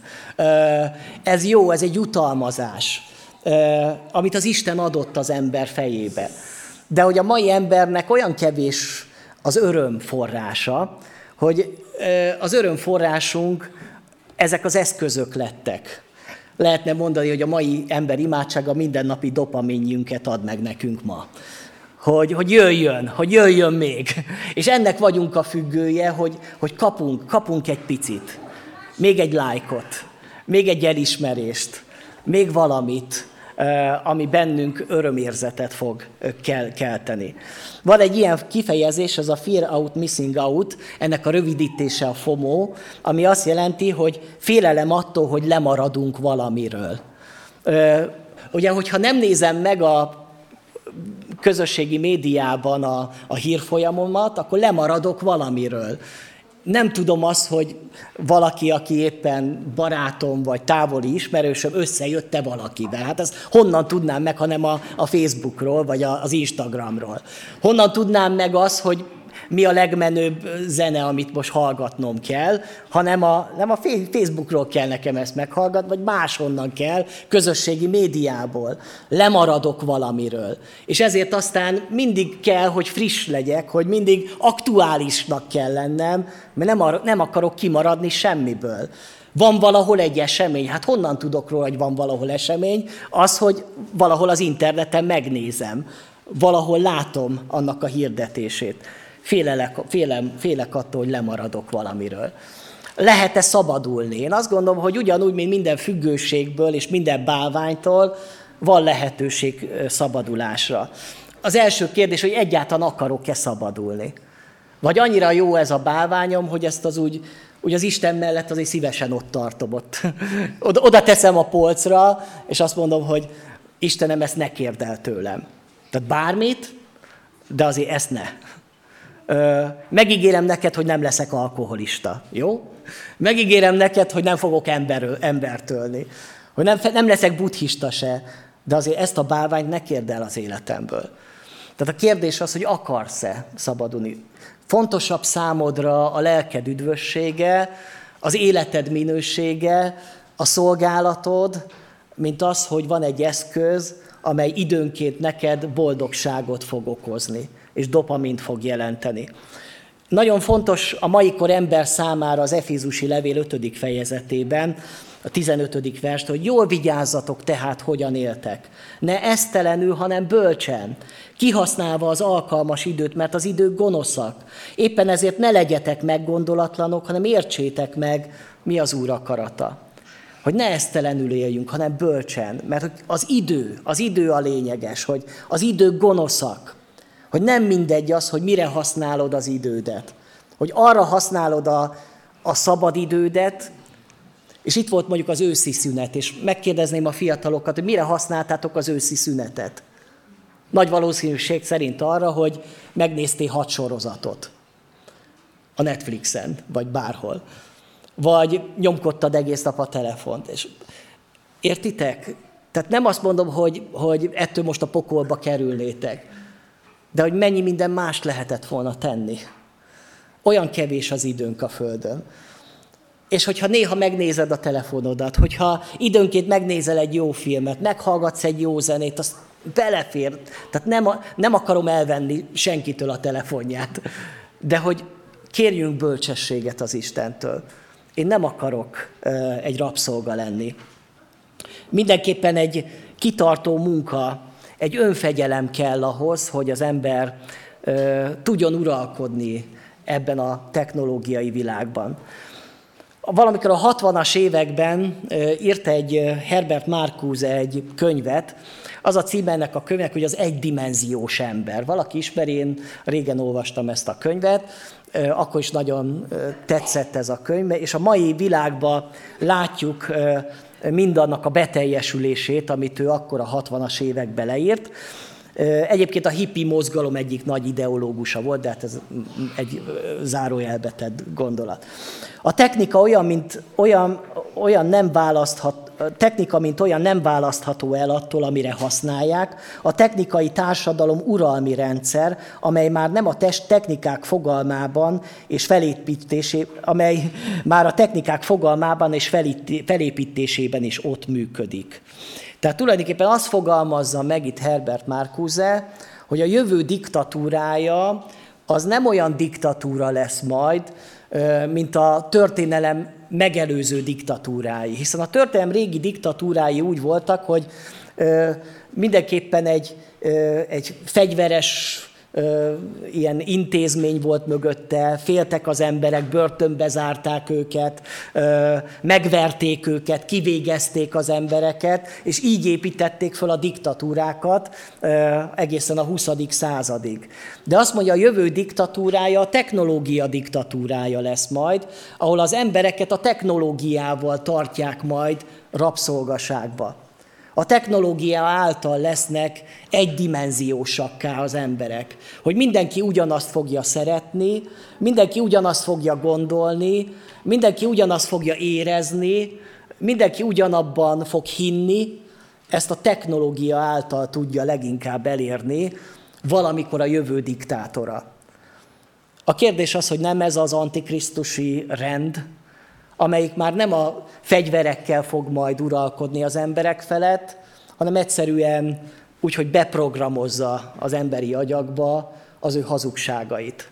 Ez jó, ez egy jutalmazás, amit az Isten adott az ember fejébe. De hogy a mai embernek olyan kevés az öröm forrása, hogy az örömforrásunk ezek az eszközök lettek. Lehetne mondani, hogy a mai ember imádsága mindennapi dopaminjünket ad meg nekünk ma. Hogy, hogy jöjjön, hogy jöjjön még. És ennek vagyunk a függője, hogy, hogy kapunk, kapunk egy picit. Még egy lájkot, még egy elismerést, még valamit, ami bennünk örömérzetet fog kelteni. Van egy ilyen kifejezés, az a fear out, missing out, ennek a rövidítése a FOMO, ami azt jelenti, hogy félelem attól, hogy lemaradunk valamiről. Ugye, hogyha nem nézem meg a közösségi médiában a, a hírfolyamomat, akkor lemaradok valamiről. Nem tudom azt, hogy valaki, aki éppen barátom vagy távoli ismerősöm, összejött-e valakivel. Hát ezt honnan tudnám meg, hanem a, a Facebookról vagy a, az Instagramról. Honnan tudnám meg azt, hogy mi a legmenőbb zene, amit most hallgatnom kell, hanem a, nem a Facebookról kell nekem ezt meghallgatni, vagy máshonnan kell, közösségi médiából. Lemaradok valamiről. És ezért aztán mindig kell, hogy friss legyek, hogy mindig aktuálisnak kell lennem, mert nem, nem akarok kimaradni semmiből. Van valahol egy esemény, hát honnan tudok róla, hogy van valahol esemény? Az, hogy valahol az interneten megnézem, valahol látom annak a hirdetését. Félelek, félem, félek attól, hogy lemaradok valamiről. Lehet-e szabadulni? Én azt gondolom, hogy ugyanúgy, mint minden függőségből és minden bálványtól van lehetőség szabadulásra. Az első kérdés, hogy egyáltalán akarok-e szabadulni? Vagy annyira jó ez a bálványom, hogy ezt az úgy, úgy az Isten mellett azért szívesen ott tartom, ott. Oda, oda teszem a polcra, és azt mondom, hogy Istenem, ezt ne kérd el tőlem. Tehát bármit, de azért ezt ne. Megígérem neked, hogy nem leszek alkoholista, jó? Megígérem neked, hogy nem fogok ember, embert ölni, hogy nem, nem leszek buddhista se, de azért ezt a bálványt ne kérd el az életemből. Tehát a kérdés az, hogy akarsz-e szabadulni. Fontosabb számodra a lelked üdvössége, az életed minősége, a szolgálatod, mint az, hogy van egy eszköz, amely időnként neked boldogságot fog okozni, és dopamint fog jelenteni. Nagyon fontos a mai kor ember számára az Efézusi levél ötödik fejezetében, a tizenötödik verst, hogy jól vigyázzatok tehát, hogyan éltek. Ne esztelenül, hanem bölcsen, kihasználva az alkalmas időt, mert az idők gonoszak. Éppen ezért ne legyetek meggondolatlanok, hanem értsétek meg, mi az Úr akarata. Hogy ne esztelenül éljünk, hanem bölcsen, mert az idő, az idő a lényeges, hogy az idők gonoszak, hogy nem mindegy az, hogy mire használod az idődet. Hogy arra használod a, a szabadidődet, és itt volt mondjuk az őszi szünet, és megkérdezném a fiatalokat, hogy mire használtátok az őszi szünetet. Nagy valószínűség szerint arra, hogy megnéztél hat sorozatot a Netflixen, vagy bárhol. Vagy nyomkodtad egész nap a telefont. És értitek? Tehát nem azt mondom, hogy, hogy ettől most a pokolba kerülnétek, de hogy mennyi minden mást lehetett volna tenni. Olyan kevés az időnk a Földön. És hogyha néha megnézed a telefonodat, hogyha időnként megnézel egy jó filmet, meghallgatsz egy jó zenét, az belefér. Tehát nem, nem akarom elvenni senkitől a telefonját, de hogy kérjünk bölcsességet az Istentől. Én nem akarok uh, egy rabszolga lenni. Mindenképpen egy kitartó munka, egy önfegyelem kell ahhoz, hogy az ember uh, tudjon uralkodni ebben a technológiai világban. Valamikor a hatvanas években írt egy Herbert Marcuse egy könyvet, az a címe ennek a könyvnek, hogy az egydimenziós ember. Valaki ismeri, én régen olvastam ezt a könyvet, akkor is nagyon tetszett ez a könyv, és a mai világban látjuk mindannak a beteljesülését, amit ő akkor a hatvanas években leírt. Egyébként a hippi mozgalom egyik nagy ideológusa volt, de hát ez egy zárójelbe tett gondolat. A technika olyan, mint olyan, olyan nem választhat, technika, mint olyan nem választható el attól, amire használják. A technikai társadalom uralmi rendszer, amely már nem a test technikák fogalmában és felépítésé, amely már a technikák fogalmában és felépítésében is ott működik. Tehát tulajdonképpen azt fogalmazza meg itt Herbert Marcuse, hogy a jövő diktatúrája az nem olyan diktatúra lesz majd, mint a történelem megelőző diktatúrái. Hiszen a történelem régi diktatúrái úgy voltak, hogy mindenképpen egy, egy fegyveres ilyen intézmény volt mögötte, féltek az emberek, börtönbe zárták őket, megverték őket, kivégezték az embereket, és így építették föl a diktatúrákat egészen a huszadik századig. De azt mondja, a jövő diktatúrája a technológia diktatúrája lesz majd, ahol az embereket a technológiával tartják majd rabszolgaságba. A technológia által lesznek egydimenziósakká az emberek. Hogy mindenki ugyanazt fogja szeretni, mindenki ugyanazt fogja gondolni, mindenki ugyanazt fogja érezni, mindenki ugyanabban fog hinni, ezt a technológia által tudja leginkább elérni valamikor a jövő diktátora. A kérdés az, hogy nem ez az antikrisztusi rend, amelyik már nem a fegyverekkel fog majd uralkodni az emberek felett, hanem egyszerűen úgy, hogy beprogramozza az emberi agyakba az ő hazugságait.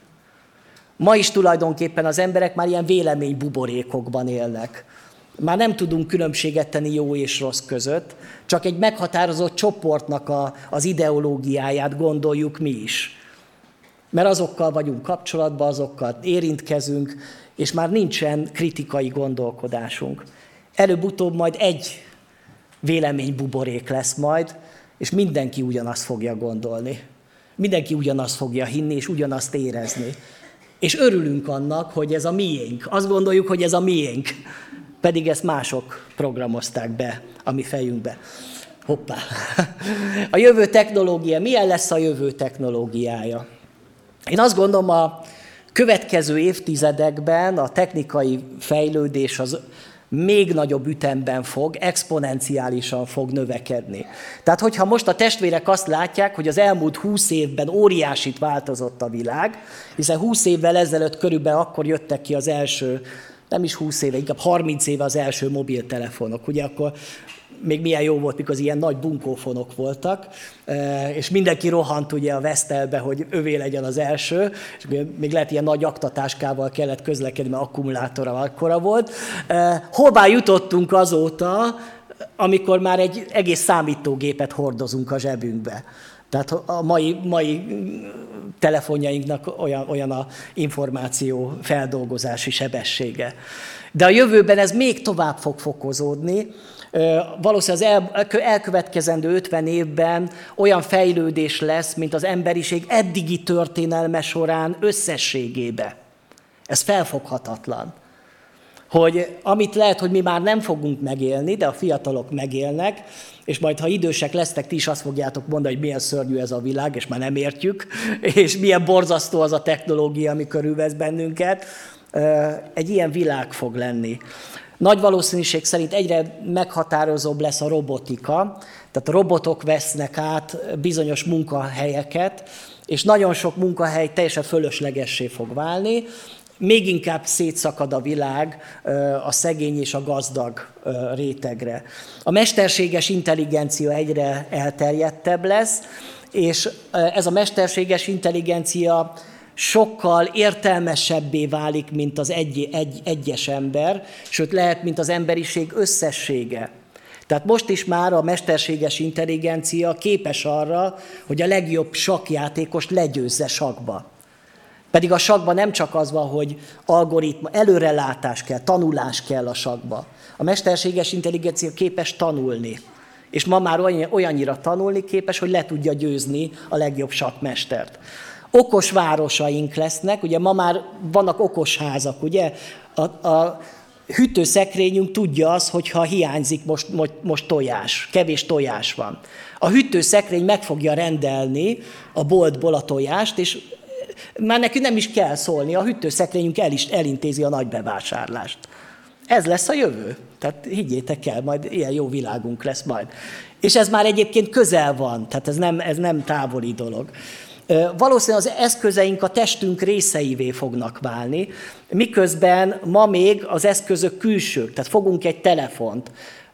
Ma is tulajdonképpen az emberek már ilyen véleménybuborékokban élnek. Már nem tudunk különbséget tenni jó és rossz között, csak egy meghatározott csoportnak a, az ideológiáját gondoljuk mi is. Mert azokkal vagyunk kapcsolatban, azokkal érintkezünk, és már nincsen kritikai gondolkodásunk. Előbb-utóbb majd egy véleménybuborék lesz majd, és mindenki ugyanazt fogja gondolni. Mindenki ugyanazt fogja hinni, és ugyanazt érezni. És örülünk annak, hogy ez a miénk. Azt gondoljuk, hogy ez a miénk. Pedig ezt mások programozták be a mi fejünkbe. Hoppá! A jövő technológia, milyen lesz a jövő technológiája? Én azt gondolom, a következő évtizedekben a technikai fejlődés az még nagyobb ütemben fog, exponenciálisan fog növekedni. Tehát, hogyha most a testvérek azt látják, hogy az elmúlt húsz évben óriásit változott a világ, hiszen húsz évvel ezelőtt körülbelül akkor jöttek ki az első, nem is húsz éve, inkább harminc éve az első mobiltelefonok. Ugye akkor még milyen jó volt, mikor az ilyen nagy bunkófonok voltak, és mindenki rohant ugye a Vestelbe, hogy övé legyen az első, és még lehet ilyen nagy aktatáskával kellett közlekedni, mert akkumulátora akkora volt. Hová jutottunk azóta, amikor már egy egész számítógépet hordozunk a zsebünkbe. Tehát a mai, mai telefonjainknak olyan, olyan a információ feldolgozási sebessége. De a jövőben ez még tovább fog fokozódni. Valószínűleg az elkövetkezendő ötven évben olyan fejlődés lesz, mint az emberiség eddigi történelme során összességébe. Ez felfoghatatlan. Hogy amit lehet, hogy mi már nem fogunk megélni, de a fiatalok megélnek, és majd, ha idősek lesznek, ti is azt fogjátok mondani, hogy milyen szörnyű ez a világ, és már nem értjük, és milyen borzasztó az a technológia, ami körülvesz bennünket. Egy ilyen világ fog lenni. Nagy valószínűség szerint egyre meghatározóbb lesz a robotika, tehát a robotok vesznek át bizonyos munkahelyeket, és nagyon sok munkahely teljesen fölöslegessé fog válni, még inkább szétszakad a világ a szegény és a gazdag rétegre. A mesterséges intelligencia egyre elterjedtebb lesz, és ez a mesterséges intelligencia sokkal értelmesebbé válik, mint az egy, egy, egyes ember, sőt lehet, mint az emberiség összessége. Tehát most is már a mesterséges intelligencia képes arra, hogy a legjobb sakkjátékost legyőzze sakkba. Pedig a sakkban nem csak az van, hogy algoritma, előrelátás kell, tanulás kell a sakkba. A mesterséges intelligencia képes tanulni. És ma már olyannyira tanulni képes, hogy le tudja győzni a legjobb sakkmestert. Okos városaink lesznek, ugye ma már vannak okos házak, ugye? A, a hűtőszekrényünk tudja azt, hogyha hiányzik most, most, most tojás, kevés tojás van. A hűtőszekrény meg fogja rendelni a boltból a tojást, és már nekünk nem is kell szólni, a hűtőszekrényünk el is elintézi a nagy bevásárlást. Ez lesz a jövő. Tehát higgyétek el, majd ilyen jó világunk lesz majd. És ez már egyébként közel van, tehát ez nem, ez nem távoli dolog. Valószínűleg az eszközeink a testünk részeivé fognak válni, miközben ma még az eszközök külsők, tehát fogunk egy telefont.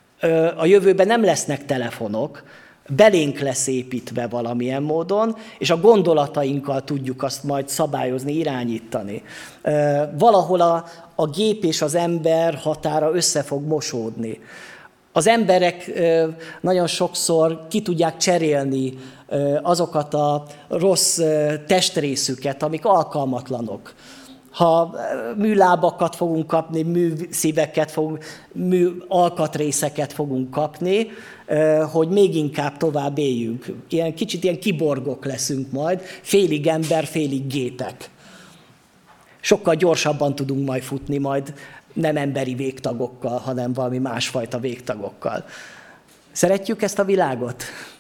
A jövőben nem lesznek telefonok, belénk lesz építve valamilyen módon, és a gondolatainkkal tudjuk azt majd szabályozni, irányítani. Valahol a, a gép és az ember határa össze fog mosódni. Az emberek nagyon sokszor ki tudják cserélni azokat a rossz testrészüket, amik alkalmatlanok. Ha műlábakat fogunk kapni, műszíveket fogunk, mű alkatrészeket fogunk kapni, hogy még inkább tovább éljünk. Ilyen, kicsit ilyen kiborgok leszünk majd, félig ember, félig gépek. Sokkal gyorsabban tudunk majd futni, majd nem emberi végtagokkal, hanem valami másfajta végtagokkal. Szeretjük ezt a világot?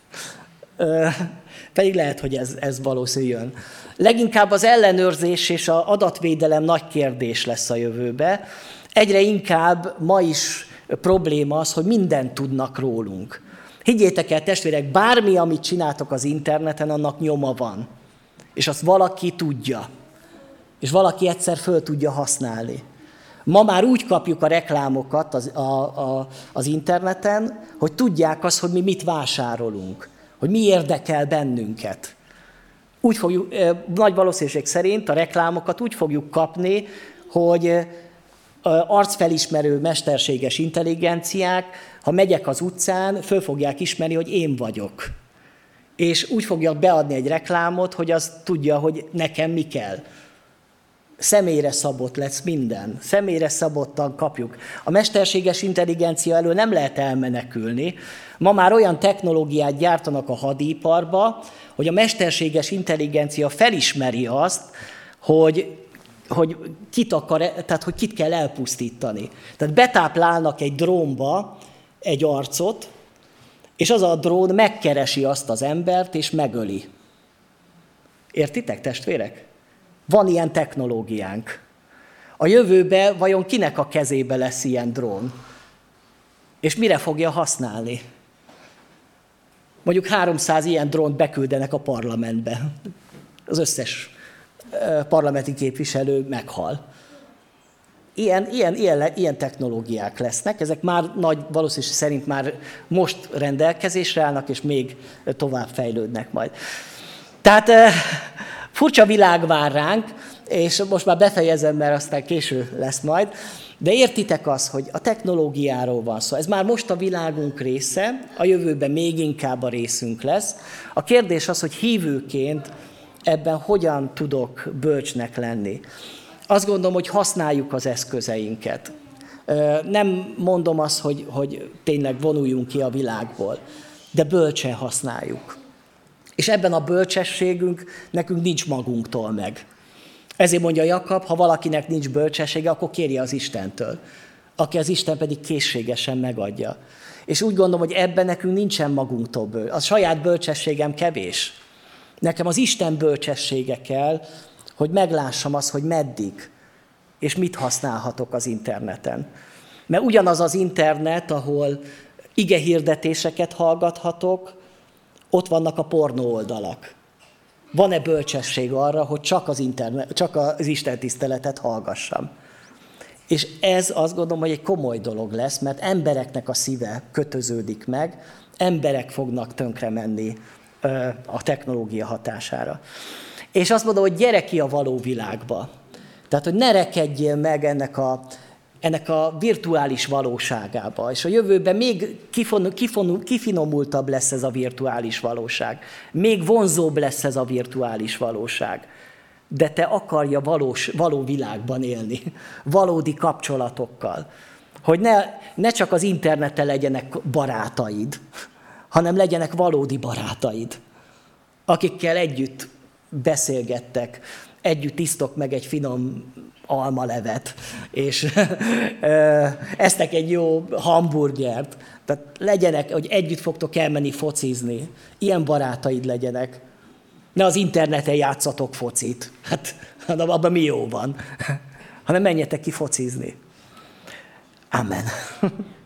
Pedig lehet, hogy ez, ez valószínű jön. Leginkább az ellenőrzés és az adatvédelem nagy kérdés lesz a jövőbe. Egyre inkább ma is probléma az, hogy mindent tudnak rólunk. Higgyétek el, testvérek, bármi, amit csináltok az interneten, annak nyoma van. És azt valaki tudja. És valaki egyszer föl tudja használni. Ma már úgy kapjuk a reklámokat az, a, a, az interneten, hogy tudják azt, hogy mi mit vásárolunk, hogy mi érdekel bennünket. Úgy fogjuk, nagy valószínűség szerint a reklámokat úgy fogjuk kapni, hogy arcfelismerő mesterséges intelligenciák, ha megyek az utcán, föl fogják ismerni, hogy én vagyok. És úgy fogják beadni egy reklámot, hogy az tudja, hogy nekem mi kell. Személyre szabott lesz minden. Személyre szabottan kapjuk. A mesterséges intelligencia elől nem lehet elmenekülni. Ma már olyan technológiát gyártanak a hadiparba, hogy a mesterséges intelligencia felismeri azt, hogy, hogy, kit akar, tehát, hogy kit kell elpusztítani. Tehát betáplálnak egy drónba egy arcot, és az a drón megkeresi azt az embert, és megöli. Értitek, testvérek? Van ilyen technológiánk. A jövőben vajon kinek a kezébe lesz ilyen drón? És mire fogja használni? Mondjuk háromszáz ilyen drónt beküldenek a parlamentbe. Az összes parlamenti képviselő meghal. Ilyen, ilyen, ilyen, ilyen technológiák lesznek, ezek már nagy valószínűség szerint már most rendelkezésre állnak, és még tovább fejlődnek majd. Tehát furcsa világ vár ránk, és most már befejezem, mert aztán késő lesz majd, de értitek azt, hogy a technológiáról van szó. Ez már most a világunk része, a jövőben még inkább a részünk lesz. A kérdés az, hogy hívőként ebben hogyan tudok bölcsnek lenni. Azt gondolom, hogy használjuk az eszközeinket. Nem mondom azt, hogy, hogy tényleg vonuljunk ki a világból, de bölcsen használjuk. És ebben a bölcsességünk nekünk nincs magunktól meg. Ezért mondja Jakab, ha valakinek nincs bölcsessége, akkor kérje az Istentől, aki az Isten pedig készségesen megadja. És úgy gondolom, hogy ebben nekünk nincsen magunktól bölcs. A saját bölcsességem kevés. Nekem az Isten bölcsessége kell, hogy meglássam azt, hogy meddig, és mit használhatok az interneten. Mert ugyanaz az internet, ahol igehirdetéseket hallgathatok, ott vannak a pornó oldalak. Van-e bölcsesség arra, hogy csak az, internet, csak az Isten tiszteletet hallgassam? És ez azt gondolom, hogy egy komoly dolog lesz, mert embereknek a szíve kötöződik meg, emberek fognak tönkre menni a technológia hatására. És azt mondom, hogy gyere ki a való világba. Tehát, hogy ne rekedjél meg ennek a, ennek a virtuális valóságába. És a jövőben még kifon, kifon, kifinomultabb lesz ez a virtuális valóság. Még vonzóbb lesz ez a virtuális valóság. De te akarja valós, való világban élni, valódi kapcsolatokkal. Hogy ne, ne csak az interneten legyenek barátaid, hanem legyenek valódi barátaid, akikkel együtt beszélgettek, együtt isztok meg egy finom almalevet, és esztek egy jó hamburgert. Tehát legyenek, hogy együtt fogtok elmenni focizni. Ilyen barátaid legyenek. Ne az interneten játszatok focit. Hát abban mi jó van. Hanem menjetek ki focizni. Amen.